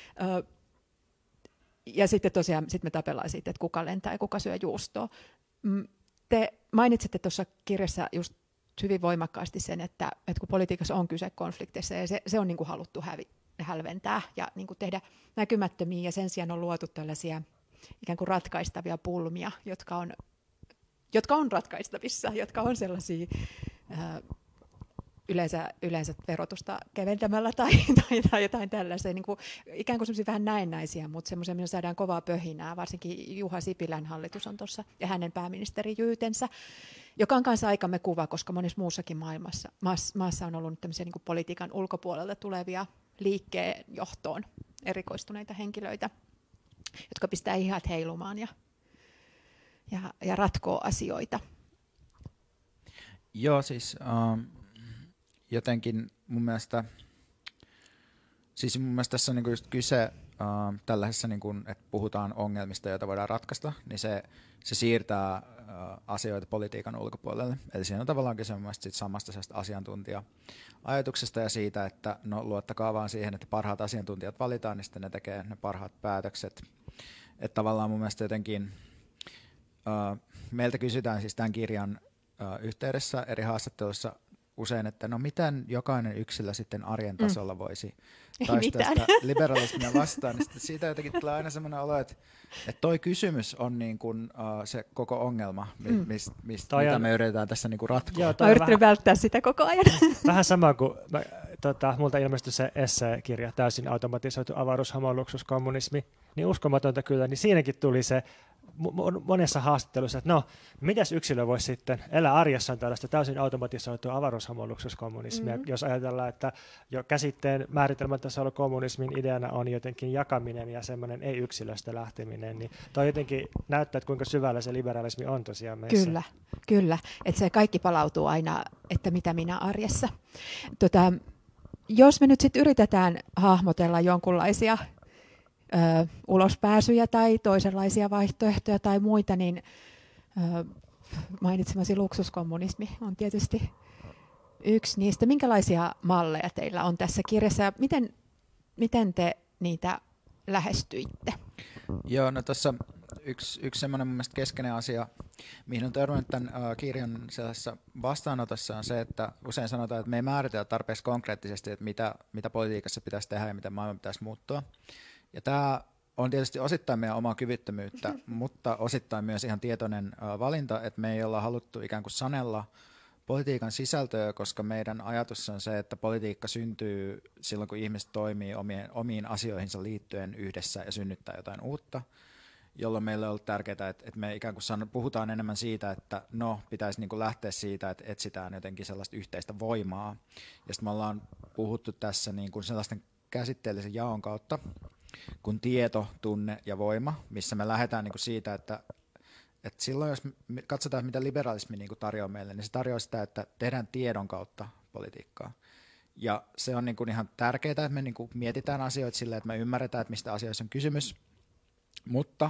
Ja sitten tosiaan sit me tapellaan siitä, että kuka lentää ja kuka syö juustoa. Te mainitsitte tuossa kirjassa just hyvin voimakkaasti sen, että, että kun politiikassa on kyse konflikteissa ja se, se on niin kuin haluttu hävi, hälventää ja niin kuin tehdä näkymättömiä ja sen sijaan on luotu tällaisia ikään kuin ratkaistavia pulmia, jotka on, jotka on ratkaistavissa, jotka on sellaisia ää, yleensä, yleensä verotusta keventämällä tai, tai, tai jotain tällaisia, niin kuin, ikään kuin semmoisia vähän näennäisiä, mutta semmoisia, millä saadaan kovaa pöhinää, varsinkin Juha Sipilän hallitus on tuossa ja hänen pääministerijyytensä, joka on kanssa aikamme kuva, koska monessa muussakin maailmassa, maassa on ollut tämmöisiä niin kuin politiikan ulkopuolelta tulevia liikkeen johtoon erikoistuneita henkilöitä, jotka pistää hihat heilumaan ja, ja, ja ratkoo asioita. Joo, siis um, jotenkin mun mielestä, siis mun mielestä tässä on niinku just kyse uh, tällaisessa, niinku, että puhutaan ongelmista, joita voidaan ratkaista, niin se, se siirtää uh, asioita politiikan ulkopuolelle. Eli siinä on tavallaan kyse mun mielestä samasta asiantuntija-ajatuksesta ja siitä, että no luottakaa vaan siihen, että parhaat asiantuntijat valitaan, niin sitten ne tekee ne parhaat päätökset. Että tavallaan mun mielestä jotenkin uh, meiltä kysytään siis tämän kirjan uh, yhteydessä eri haastatteluissa usein, että no miten jokainen yksilö sitten arjen tasolla voisi Ei taistaa mitään. sitä liberalismia vastaan. Niin siitä jotenkin tulee aina sellainen olo, että, että toi kysymys on niin kuin, uh, se koko ongelma, mi- Mm. mist, mist, Toi mitä on- me yritetään tässä niin kuin ratkoa. Joo, toi Mä on yrittänyt vähän, välttää sitä koko ajan. vähän sama kuin mä, tota, multa ilmestyi se esseekirja, täysin automatisoitu avaruus, homo, luksus, kommunismi, niin uskomatonta kyllä, niin siinäkin tuli se mo- monessa haastattelussa, että no, mitäs yksilö voisi sitten elää arjessaan tällaista täysin automatisoitua avaruus, homo, luksus, kommunismia, Mm-hmm. jos ajatellaan, että jo käsitteen määritelmän tasolla kommunismin ideana on jotenkin jakaminen ja semmoinen ei-yksilöstä lähteminen, niin toi jotenkin näyttää, että kuinka syvällä se liberalismi on tosiaan meissä. Kyllä, kyllä. Että se kaikki palautuu aina, että mitä minä arjessa. Tota, jos me nyt sitten yritetään hahmotella jonkunlaisia ö, ulospääsyjä tai toisenlaisia vaihtoehtoja tai muita, niin ö, mainitsemasi luksuskommunismi on tietysti yksi niistä. Minkälaisia malleja teillä on tässä kirjassa ja miten, miten te niitä lähestyitte? Joo, no tuossa yksi, yksi semmoinen mun mielestä keskeinen asia, mihin on törmännyt tämän uh, kirjan sellaisessa vastaanotossa, on se, että usein sanotaan, että me ei määritellä tarpeeksi konkreettisesti, että mitä, mitä politiikassa pitäisi tehdä ja miten maailman pitäisi muuttua. Ja tämä on tietysti osittain meidän omaa kyvyttömyyttä, mutta osittain myös ihan tietoinen uh, valinta, että me ei olla haluttu ikään kuin sanella politiikan sisältöä, koska meidän ajatus on se, että politiikka syntyy silloin, kun ihmiset toimii omien, omiin asioihinsa liittyen yhdessä ja synnyttää jotain uutta, jolloin meille on ollut tärkeää, että, että me ikään kuin sano, puhutaan enemmän siitä, että no, pitäisi niin kuin lähteä siitä, että etsitään jotenkin sellaista yhteistä voimaa. Ja sitten me ollaan puhuttu tässä niin kuin sellaisten käsitteellisen jaon kautta, kun tieto, tunne ja voima, missä me lähdetään niin kuin siitä, että Et silloin, jos me katsotaan, mitä liberalismi niin kuin tarjoaa meille, niin se tarjoaa sitä, että tehdään tiedon kautta politiikkaa. Ja se on niin kuin ihan tärkeää, että me niin kuin mietitään asioita silleen, että me ymmärretään, että mistä asioissa on kysymys. Mutta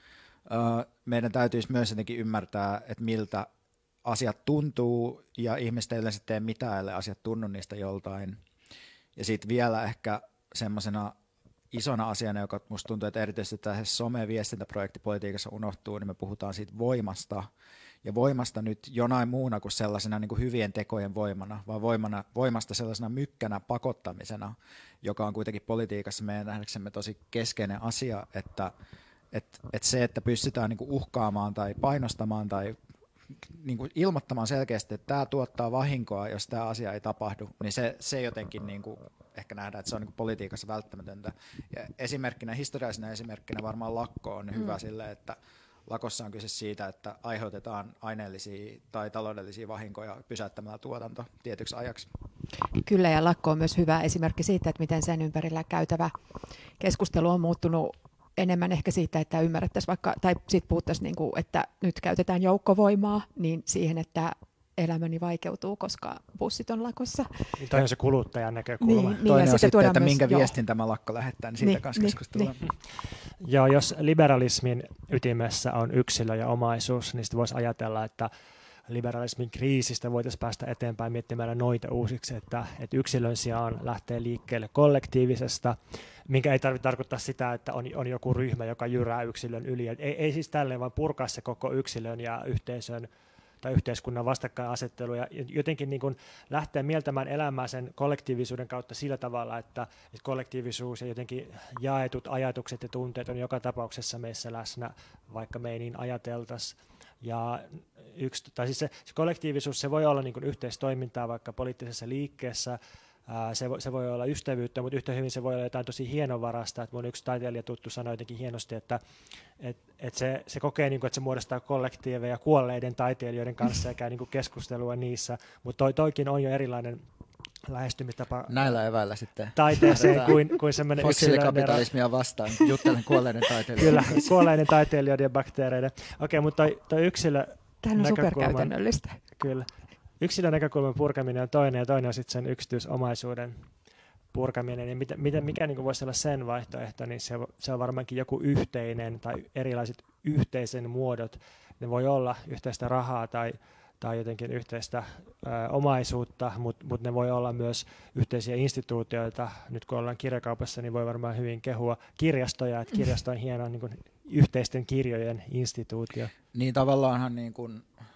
äh, meidän täytyisi myös jotenkin ymmärtää, että miltä asiat tuntuu, ja ihmiset ei yleensä tee mitään, ellei asiat tunnu niistä joltain. Ja sitten vielä ehkä semmoisena isona asiana, joka musta tuntuu, että erityisesti tässä some-viestintäprojektipolitiikassa unohtuu, niin me puhutaan siitä voimasta. Ja voimasta nyt jonain muuna kuin sellaisena niin kuin hyvien tekojen voimana, vaan voimana, voimasta sellaisena mykkänä pakottamisena, joka on kuitenkin politiikassa meidän nähdäksemme tosi keskeinen asia, että, että, että se, että pystytään niin kuin uhkaamaan tai painostamaan tai niin kuin ilmoittamaan selkeästi, että tämä tuottaa vahinkoa, jos tämä asia ei tapahdu, niin se, se jotenkin niin kuin ehkä nähdään, että se on niin kuin politiikassa välttämätöntä. Ja esimerkkinä, historiallisena esimerkkinä varmaan lakko on hyvä mm. sille, että lakossa on kyse siitä, että aiheutetaan aineellisia tai taloudellisia vahinkoja pysäyttämällä tuotanto tietyksi ajaksi. Kyllä, ja lakko on myös hyvä esimerkki siitä, että miten sen ympärillä käytävä keskustelu on muuttunut enemmän ehkä siitä, että ymmärrettäisiin vaikka, tai sitten puhuttaisiin, niin kuin, että nyt käytetään joukkovoimaa, niin siihen, että elämäni vaikeutuu, koska bussit on lakossa. Niin toi on se kuluttajan näkökulma. Niin, Toinen ja on sitten, että myös, minkä joo. viestin tämä lakko lähettää, niin siitä Niin, kanssa niin, keskustellaan. niin. Joo, jos liberalismin ytimessä on yksilö ja omaisuus, niin sitten voisi ajatella, että liberalismin kriisistä voitaisiin päästä eteenpäin miettimällä noita uusiksi, että, että yksilön sijaan lähtee liikkeelle kollektiivisesta, minkä ei tarvitse tarkoittaa sitä, että on, on joku ryhmä, joka jyrää yksilön yli. Ei, ei siis tälleen, vaan purkaa se koko yksilön ja yhteisön tai yhteiskunnan vastakkainasettelu ja jotenkin niin kuin lähteä mieltämään elämää sen kollektiivisuuden kautta sillä tavalla, että kollektiivisuus ja jotenkin jaetut ajatukset ja tunteet on joka tapauksessa meissä läsnä, vaikka me ei niin ajateltaisi. Ja yksi, tai siis se, se kollektiivisuus se voi olla niin kuin yhteistoimintaa vaikka poliittisessa liikkeessä, ää, se, voi, se voi olla ystävyyttä, mutta yhtä hyvin se voi olla jotain tosi hienovarasta. Että mun yksi taiteilija tuttu sanoi jotenkin hienosti, että et, et se, se kokee, niin kuin, että se muodostaa kollektiiveja kuolleiden taiteilijoiden kanssa ja käy niin kuin keskustelua niissä, mutta toi, toikin on jo erilainen lähestymistapa Näillä eväillä sitten taiteeseen kuin, kuin semmoinen fossiilikapitalismia vastaan. Juttelen kuolleiden taiteilijoiden. Kyllä, kuolleiden taiteilijoiden ja bakteereiden. Okei, mutta toi, toi yksilö Tämähän on superkäytännöllistä. Kyllä. Yksilön näkökulman purkaminen on toinen ja toinen on sitten sen yksityisomaisuuden purkaminen. Ja mitä, mitä, mikä niin voisi olla sen vaihtoehto, niin se, se on varmaankin joku yhteinen tai erilaiset yhteisen muodot. Ne voi olla yhteistä rahaa tai tai jotenkin yhteistä ö, omaisuutta, mutta mut ne voi olla myös yhteisiä instituutioita. Nyt kun ollaan kirjakaupassa, niin voi varmaan hyvin kehua kirjastoja, että kirjasto on hieno niin kuin yhteisten kirjojen instituutio. Niin tavallaanhan niin kuin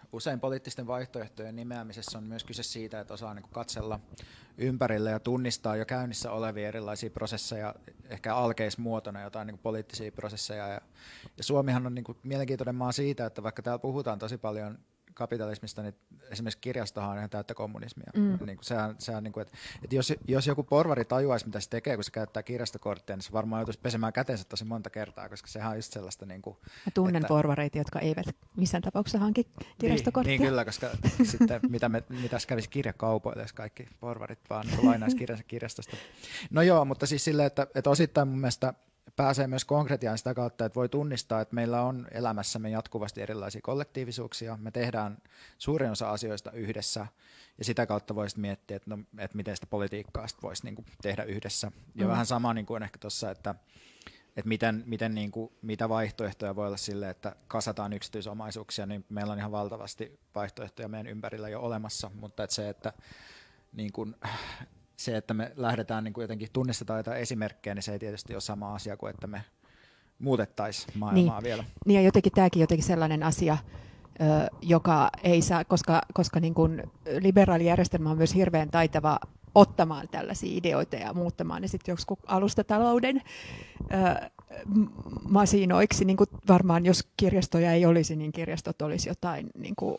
usein poliittisten vaihtoehtojen nimeämisessä on myös kyse siitä, että osaa niin kuin katsella ympärille ja tunnistaa jo käynnissä olevia erilaisia prosesseja, ehkä alkeismuotona jotain niin kuin poliittisia prosesseja. Ja, ja Suomihan on niin kuin mielenkiintoinen maa siitä, että vaikka täällä puhutaan tosi paljon kapitalismista, niin esimerkiksi kirjastohan on ihan täyttä kommunismia. Mm. Niin kuin sehän, sehän, niin kuin, että, että jos, jos joku porvari tajuaisi, mitä se tekee, kun se käyttää kirjastokorttia, niin se varmaan joutuisi pesemään käteensä tosi monta kertaa, koska sehän on just sellaista... Niin kuin, mä tunnen että, porvareita, jotka eivät missään tapauksessa hanki kirjastokorttia. Niin, niin kyllä, koska sitten mitä me, mitäs kävisi kirjakaupoille, jos kaikki porvarit vaan niin lainaisi kirjansa kirjastosta. No joo, mutta siis silleen, että, että osittain mun mielestä pääsee myös konkretiaan sitä kautta, että voi tunnistaa, että meillä on elämässämme jatkuvasti erilaisia kollektiivisuuksia. Me tehdään suurin osa asioista yhdessä ja sitä kautta voisi miettiä, että, no, että miten sitä politiikkaa voisi niin kuin tehdä yhdessä. Ja mm. vähän sama niin kuin ehkä tuossa, että, että miten, miten, niin kuin, mitä vaihtoehtoja voi olla sille, että kasataan yksityisomaisuuksia, niin meillä on ihan valtavasti vaihtoehtoja meidän ympärillä jo olemassa, mutta että se, että niin kuin, se, että me lähdetään niin kuin jotenkin tunnistetaan jotain esimerkkejä, niin se ei tietysti ole sama asia kuin, että me muutettaisiin maailmaa niin. vielä. Niin ja jotenkin tämäkin jotenkin sellainen asia, joka ei saa, koska, koska niin kuin liberaalijärjestelmä on myös hirveän taitava ottamaan tällaisia ideoita ja muuttamaan ne sitten joskus alustatalouden ö, masinoiksi. Niin kuin varmaan jos kirjastoja ei olisi, niin kirjastot olisi jotain... Niin kuin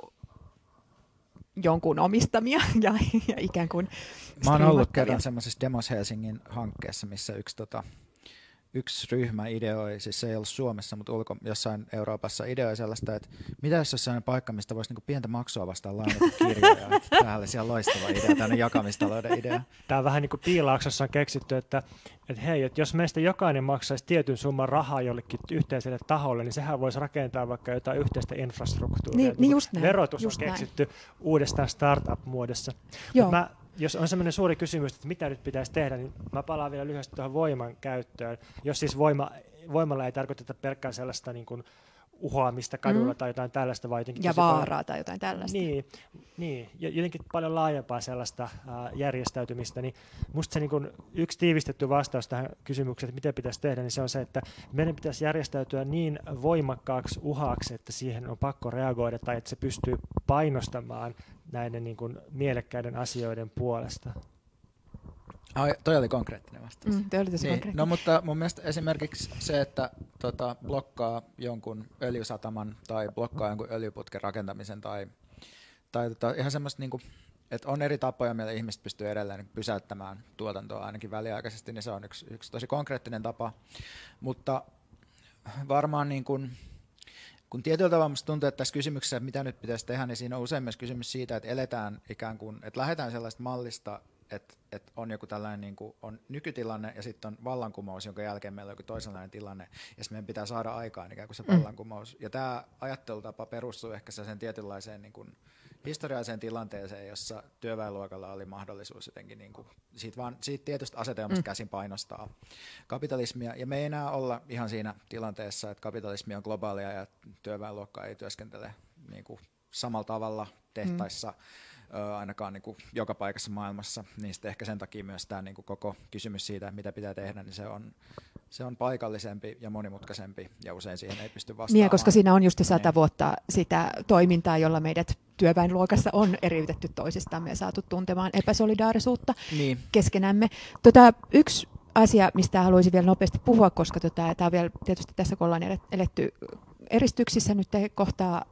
jonkun omistamia ja, ja ikään kuin mä oon ollut kerran semmoisessa Demos Helsingin hankkeessa, missä yksi, tota, yksi ryhmä ideoi, siis se ei ollut Suomessa, mutta ulko, jossain Euroopassa ideoi sellaista, että mitä jos olisi sellainen paikka, mistä voisi niinku pientä maksua vastaan lainata kirjoja. Tämä olisi ihan loistava idea, tämmöinen jakamistalouden idea. Tämä on vähän niin kuin Piilaaksossa on keksitty, että, että hei, että jos meistä jokainen maksaisi tietyn summan rahaa jollekin yhteiselle taholle, niin sehän voisi rakentaa vaikka jotain yhteistä infrastruktuuria. Niin, niin just näin, verotus just on näin. keksitty uudestaan startup-muodossa. Mä, jos on sellainen suuri kysymys, että mitä nyt pitäisi tehdä, niin mä palaan vielä lyhyesti tuohon voiman käyttöön. Jos siis voima, voimalla ei tarkoiteta pelkkää sellaista niin kuin uhoamista kadulla mm. tai jotain tällaista. Vai ja vaaraa paljon, tai jotain tällaista. Niin, niin, jotenkin paljon laajempaa sellaista ää, järjestäytymistä. Niin musta se niin kun yksi tiivistetty vastaus tähän kysymykseen, että mitä pitäisi tehdä, niin se on se, että meidän pitäisi järjestäytyä niin voimakkaaksi uhaksi, että siihen on pakko reagoida tai että se pystyy painostamaan näiden niin kun mielekkäiden asioiden puolesta. Ai, toi oli konkreettinen vastaus. Mm, toi oli tosi niin, konkreettinen. No mutta mun mielestä esimerkiksi se, että tota, blokkaa jonkun öljysataman tai blokkaa jonkun öljyputken rakentamisen tai, tai tota, ihan semmoista, niinku, että on eri tapoja, millä ihmiset pystyy edelleen pysäyttämään tuotantoa ainakin väliaikaisesti, niin se on yksi, yksi tosi konkreettinen tapa. Mutta varmaan niin kuin, kun tietyllä tavalla musta tuntuu, että tässä kysymyksessä, että mitä nyt pitäisi tehdä, niin siinä on usein myös kysymys siitä, että eletään ikään kuin, että lähdetään sellaista mallista, että, että on joku tällainen niin kuin on nykytilanne ja sitten on vallankumous, jonka jälkeen meillä on joku toisenlainen tilanne ja meidän pitää saada aikaan ikään kuin se vallankumous. Ja tämä ajattelutapa perustuu ehkä sen tietynlaiseen niin kuin historialliseen tilanteeseen, jossa työväenluokalla oli mahdollisuus jotenkin niin kuin siitä, vaan, siitä tietystä asetelmasta käsin painostaa kapitalismia. Ja me ei enää olla ihan siinä tilanteessa, että kapitalismi on globaalia ja työväenluokka ei työskentele niin kuin samalla tavalla tehtaissa, mm. ainakaan niin kuin joka paikassa maailmassa, niin sitten ehkä sen takia myös tämä niin kuin koko kysymys siitä, mitä pitää tehdä, niin se on, se on paikallisempi ja monimutkaisempi, ja usein siihen ei pysty vastaamaan. Niin, koska siinä on just sata niin. vuotta sitä toimintaa, jolla meidät työväenluokassa on eriytetty toisistamme ja saatu tuntemaan epäsolidaarisuutta niin. keskenämme. Tota, yksi asia, mistä haluaisin vielä nopeasti puhua, koska tota, tämä on vielä tietysti tässä, kun ollaan eletty eristyksissä nyt kohtaa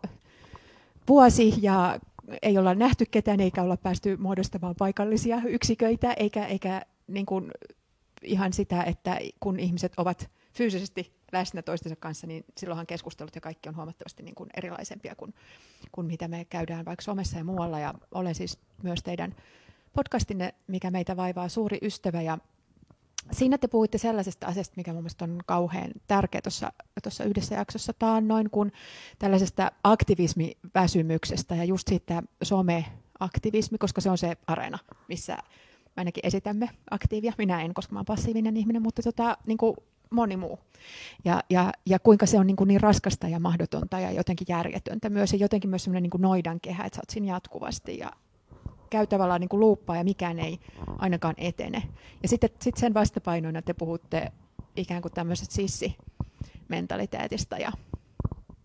vuosi, ja ei olla nähty ketään, eikä olla päästy muodostamaan paikallisia yksiköitä, eikä, eikä niin kuin ihan sitä, että kun ihmiset ovat fyysisesti läsnä toistensa kanssa, niin silloinhan keskustelut ja kaikki on huomattavasti niin kuin erilaisempia kuin, kuin mitä me käydään vaikka somessa ja muualla. Ja olen siis myös teidän podcastinne, mikä meitä vaivaa, suuri ystävä. Ja siinä te puhuitte sellaisesta asiasta, mikä mun mielestä on kauhean tärkeä tuossa yhdessä jaksossa taannoin, kuin tällaisesta aktivismiväsymyksestä ja just siitä some-aktivismi, koska se on se areena, missä ainakin esitämme aktiivia. Minä en, koska mä oon passiivinen ihminen, mutta tota, niin kuin moni muu. Ja, ja, ja kuinka se on niin, kuin niin raskasta ja mahdotonta ja jotenkin järjetöntä myös, ja jotenkin myös semmoinen niin kuin noidankehä, että sä oot siinä jatkuvasti ja käy tavallaan niin kuin luuppaa ja mikään ei ainakaan etene. Ja sitten sit sen vastapainoina te puhutte ikään kuin tämmöisestä sissimentaliteetista ja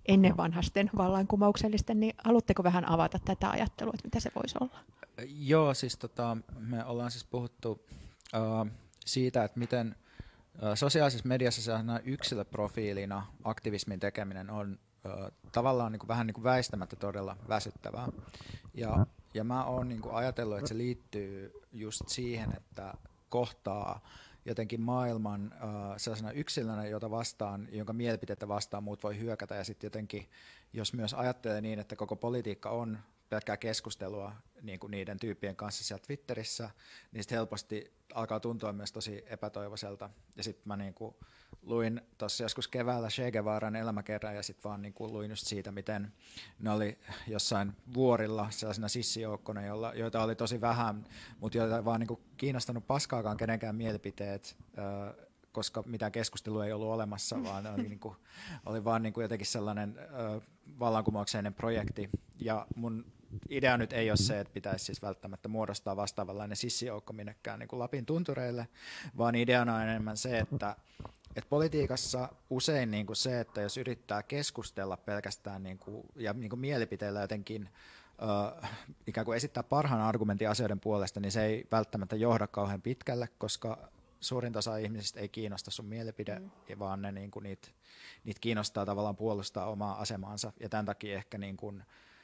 ennen vanhasten vallankumouksellisten, niin haluatteko vähän avata tätä ajattelua, että mitä se voisi olla? Joo, siis tota, me ollaan siis puhuttu uh, siitä, että miten uh, sosiaalisessa mediassa sellaisena yksilöprofiilina aktivismin tekeminen on uh, tavallaan niin kuin, vähän niin kuin väistämättä todella väsyttävää. Ja, ja mä oon niin kuin ajatellut, että se liittyy just siihen, että kohtaa jotenkin maailman uh, sellaisena yksilönä, jota vastaan, jonka mielipiteitä vastaan muut voi hyökätä, ja sitten jotenkin, jos myös ajattelee niin, että koko politiikka on pelkkää keskustelua niin kuin niiden tyyppien kanssa siellä Twitterissä, niin sitten helposti alkaa tuntua myös tosi epätoivoiselta. Ja sitten mä niin kuin luin tuossa joskus keväällä Che Guevaran elämäkerran, ja sitten vaan niin kuin luin just siitä, miten ne oli jossain vuorilla sellaisena sissijoukkona, jolla, joita oli tosi vähän, mutta joita ei vaan niin kuin kiinnostanut paskaakaan kenenkään mielipiteet, öö, koska mitään keskustelua ei ollut olemassa, vaan oli, niin kuin, oli vaan niin kuin jotenkin sellainen ö, vallankumouksellinen projekti. Ja mun idea nyt ei ole se, että pitäisi siis välttämättä muodostaa vastaavanlainen sissijoukko minnekään niin kuin Lapin tuntureille, vaan ideana on enemmän se, että, että politiikassa usein niin kuin se, että jos yrittää keskustella pelkästään niin kuin, ja niin kuin mielipiteillä jotenkin ö, ikään kuin esittää parhaan argumentin asioiden puolesta, niin se ei välttämättä johda kauhean pitkälle, koska suurin osa ihmisistä ei kiinnosta sun mielipide, mm. vaan ne niinku niitä niit kiinnostaa tavallaan puolustaa omaa asemaansa. Ja tämän takia ehkä niinku,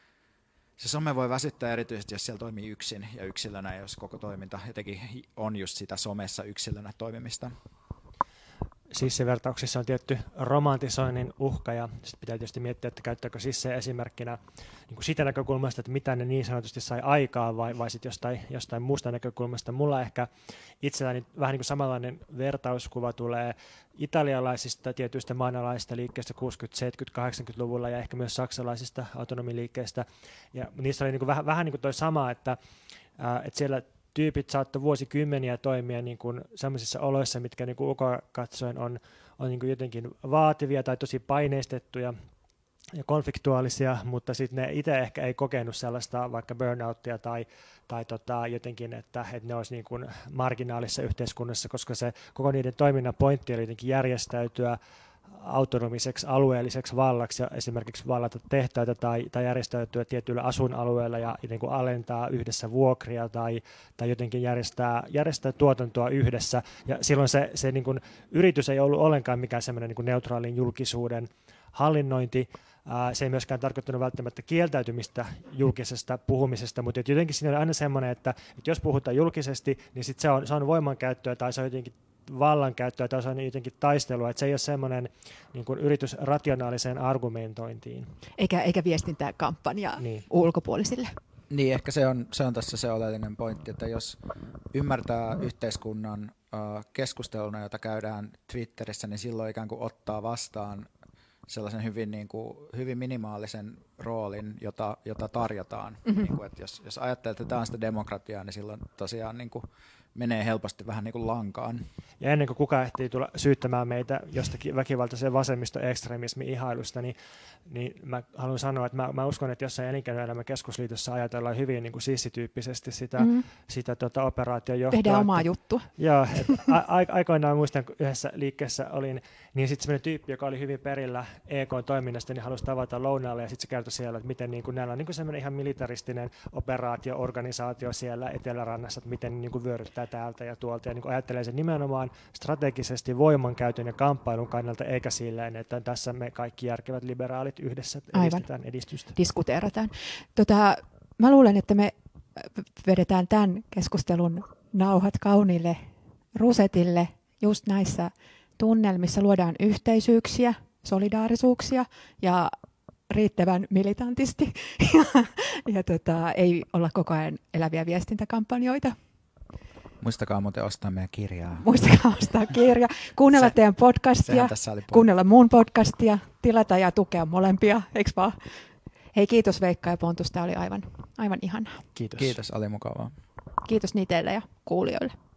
se some voi väsyttää erityisesti, jos siellä toimii yksin ja yksilönä, jos koko toiminta jotenkin on just sitä somessa yksilönä toimimista. Sissivertauksissa on tietty romantisoinnin uhka, ja sitten pitää tietysti miettiä, että käyttääkö sissejä esimerkkinä niin kuin siitä näkökulmasta, että mitä ne niin sanotusti sai aikaan, vai, vai sitten jostain, jostain muusta näkökulmasta. Mulla ehkä itselläni vähän niin kuin samanlainen vertauskuva tulee italialaisista tietyistä maanalaisista liikkeistä kuusikymmentä-, seitsemänkymmentä-, kahdeksankymmentäluvulla, ja ehkä myös saksalaisista autonomiliikkeistä. Ja niissä oli niin kuin vähän, vähän niin kuin toi sama, että, ää, että siellä tyypit saattoi vuosikymmeniä toimia niin kuin sellaisissa oloissa, mitkä niin kuin ulkoa katsoen on, on niin kuin jotenkin vaativia tai tosi paineistettuja ja konfliktuaalisia, mutta sitten ne itse ehkä ei kokenut sellaista vaikka burnouttia tai, tai tota jotenkin, että, että ne olisi niin kuin marginaalisessa yhteiskunnassa, koska se koko niiden toiminnan pointti oli jotenkin järjestäytyä autonomiseksi alueelliseksi vallaksi ja esimerkiksi vallata tehtaita tai, tai järjestäytyä tietyillä asuinalueilla ja niin kuin alentaa yhdessä vuokria tai, tai jotenkin järjestää, järjestää tuotantoa yhdessä. Ja silloin se, se niin kuin yritys ei ollut ollenkaan mikään semmoinen niin kuin neutraalin julkisuuden hallinnointi. Se ei myöskään tarkoittanut välttämättä kieltäytymistä julkisesta puhumisesta, mutta jotenkin siinä oli aina semmoinen, että, että jos puhutaan julkisesti, niin sit se, on, se on voimankäyttöä tai se on jotenkin vallankäyttöä tai se on jotenkin taistelua, että se ei ole semmoinen niin kuin yritys rationaaliseen argumentointiin. Eikä, eikä viestintäkampanja niin ulkopuolisille. Niin, ehkä se on, se on tässä se oleellinen pointti, että jos ymmärtää yhteiskunnan uh, keskusteluna, jota käydään Twitterissä, niin silloin ikään kuin ottaa vastaan sellaisen hyvin, niin kuin, hyvin minimaalisen roolin, jota, jota tarjotaan. Mm-hmm. Niin kuin, että jos, jos ajattelee, että tämä on sitä demokratiaa, niin silloin tosiaan niin kuin menee helposti vähän niin kuin lankaan. Ja ennen kuin kukaan ehtii tulla syyttämään meitä jostakin väkivaltaisen vasemmisto-ekstremismin ihailusta, niin, niin mä haluan sanoa, että mä, mä uskon, että jossain elinkeinoelämän keskusliitossa ajatellaan hyvin niin kuin sissityyppisesti sitä, mm-hmm. sitä tota, operaation johtoa. Tehdään omaa juttua. Joo, a, a, aikoinaan muistan, kun yhdessä liikkeessä olin, niin sitten semmoinen tyyppi, joka oli hyvin perillä E K-toiminnasta, niin halusi tavata lounaalle, ja sitten se kertoi siellä, että miten niin kuin, näillä on niin kuin semmoinen ihan militaristinen operaatio-organisaatio siellä Etelärannassa, että miten niin kuin vyöryttää täältä ja tuolta, ja niin kuin ajattelee sen nimenomaan strategisesti voimankäytön ja kamppailun kannalta, eikä silleen, että tässä me kaikki järkevät liberaalit yhdessä edistetään edistystä. Diskuteerataan. Tota, mä luulen, että me vedetään tämän keskustelun nauhat kauniille rusetille just näissä tunnelmissa, luodaan yhteisyyksiä, solidaarisuuksia ja riittävän militantisti ja, ja tota, ei olla koko ajan eläviä viestintäkampanjoita. Muistakaa muuten ostaa meidän kirjaa. Muistakaa ostaa kirja, kuunnella se, teidän podcastia, kuunnella mun podcastia, tilata ja tukea molempia, eikö vaan? Hei, kiitos Veikka ja Pontus, tämä oli aivan, aivan ihanaa. Kiitos. Kiitos, oli mukavaa. Kiitos niin teille ja kuulijoille.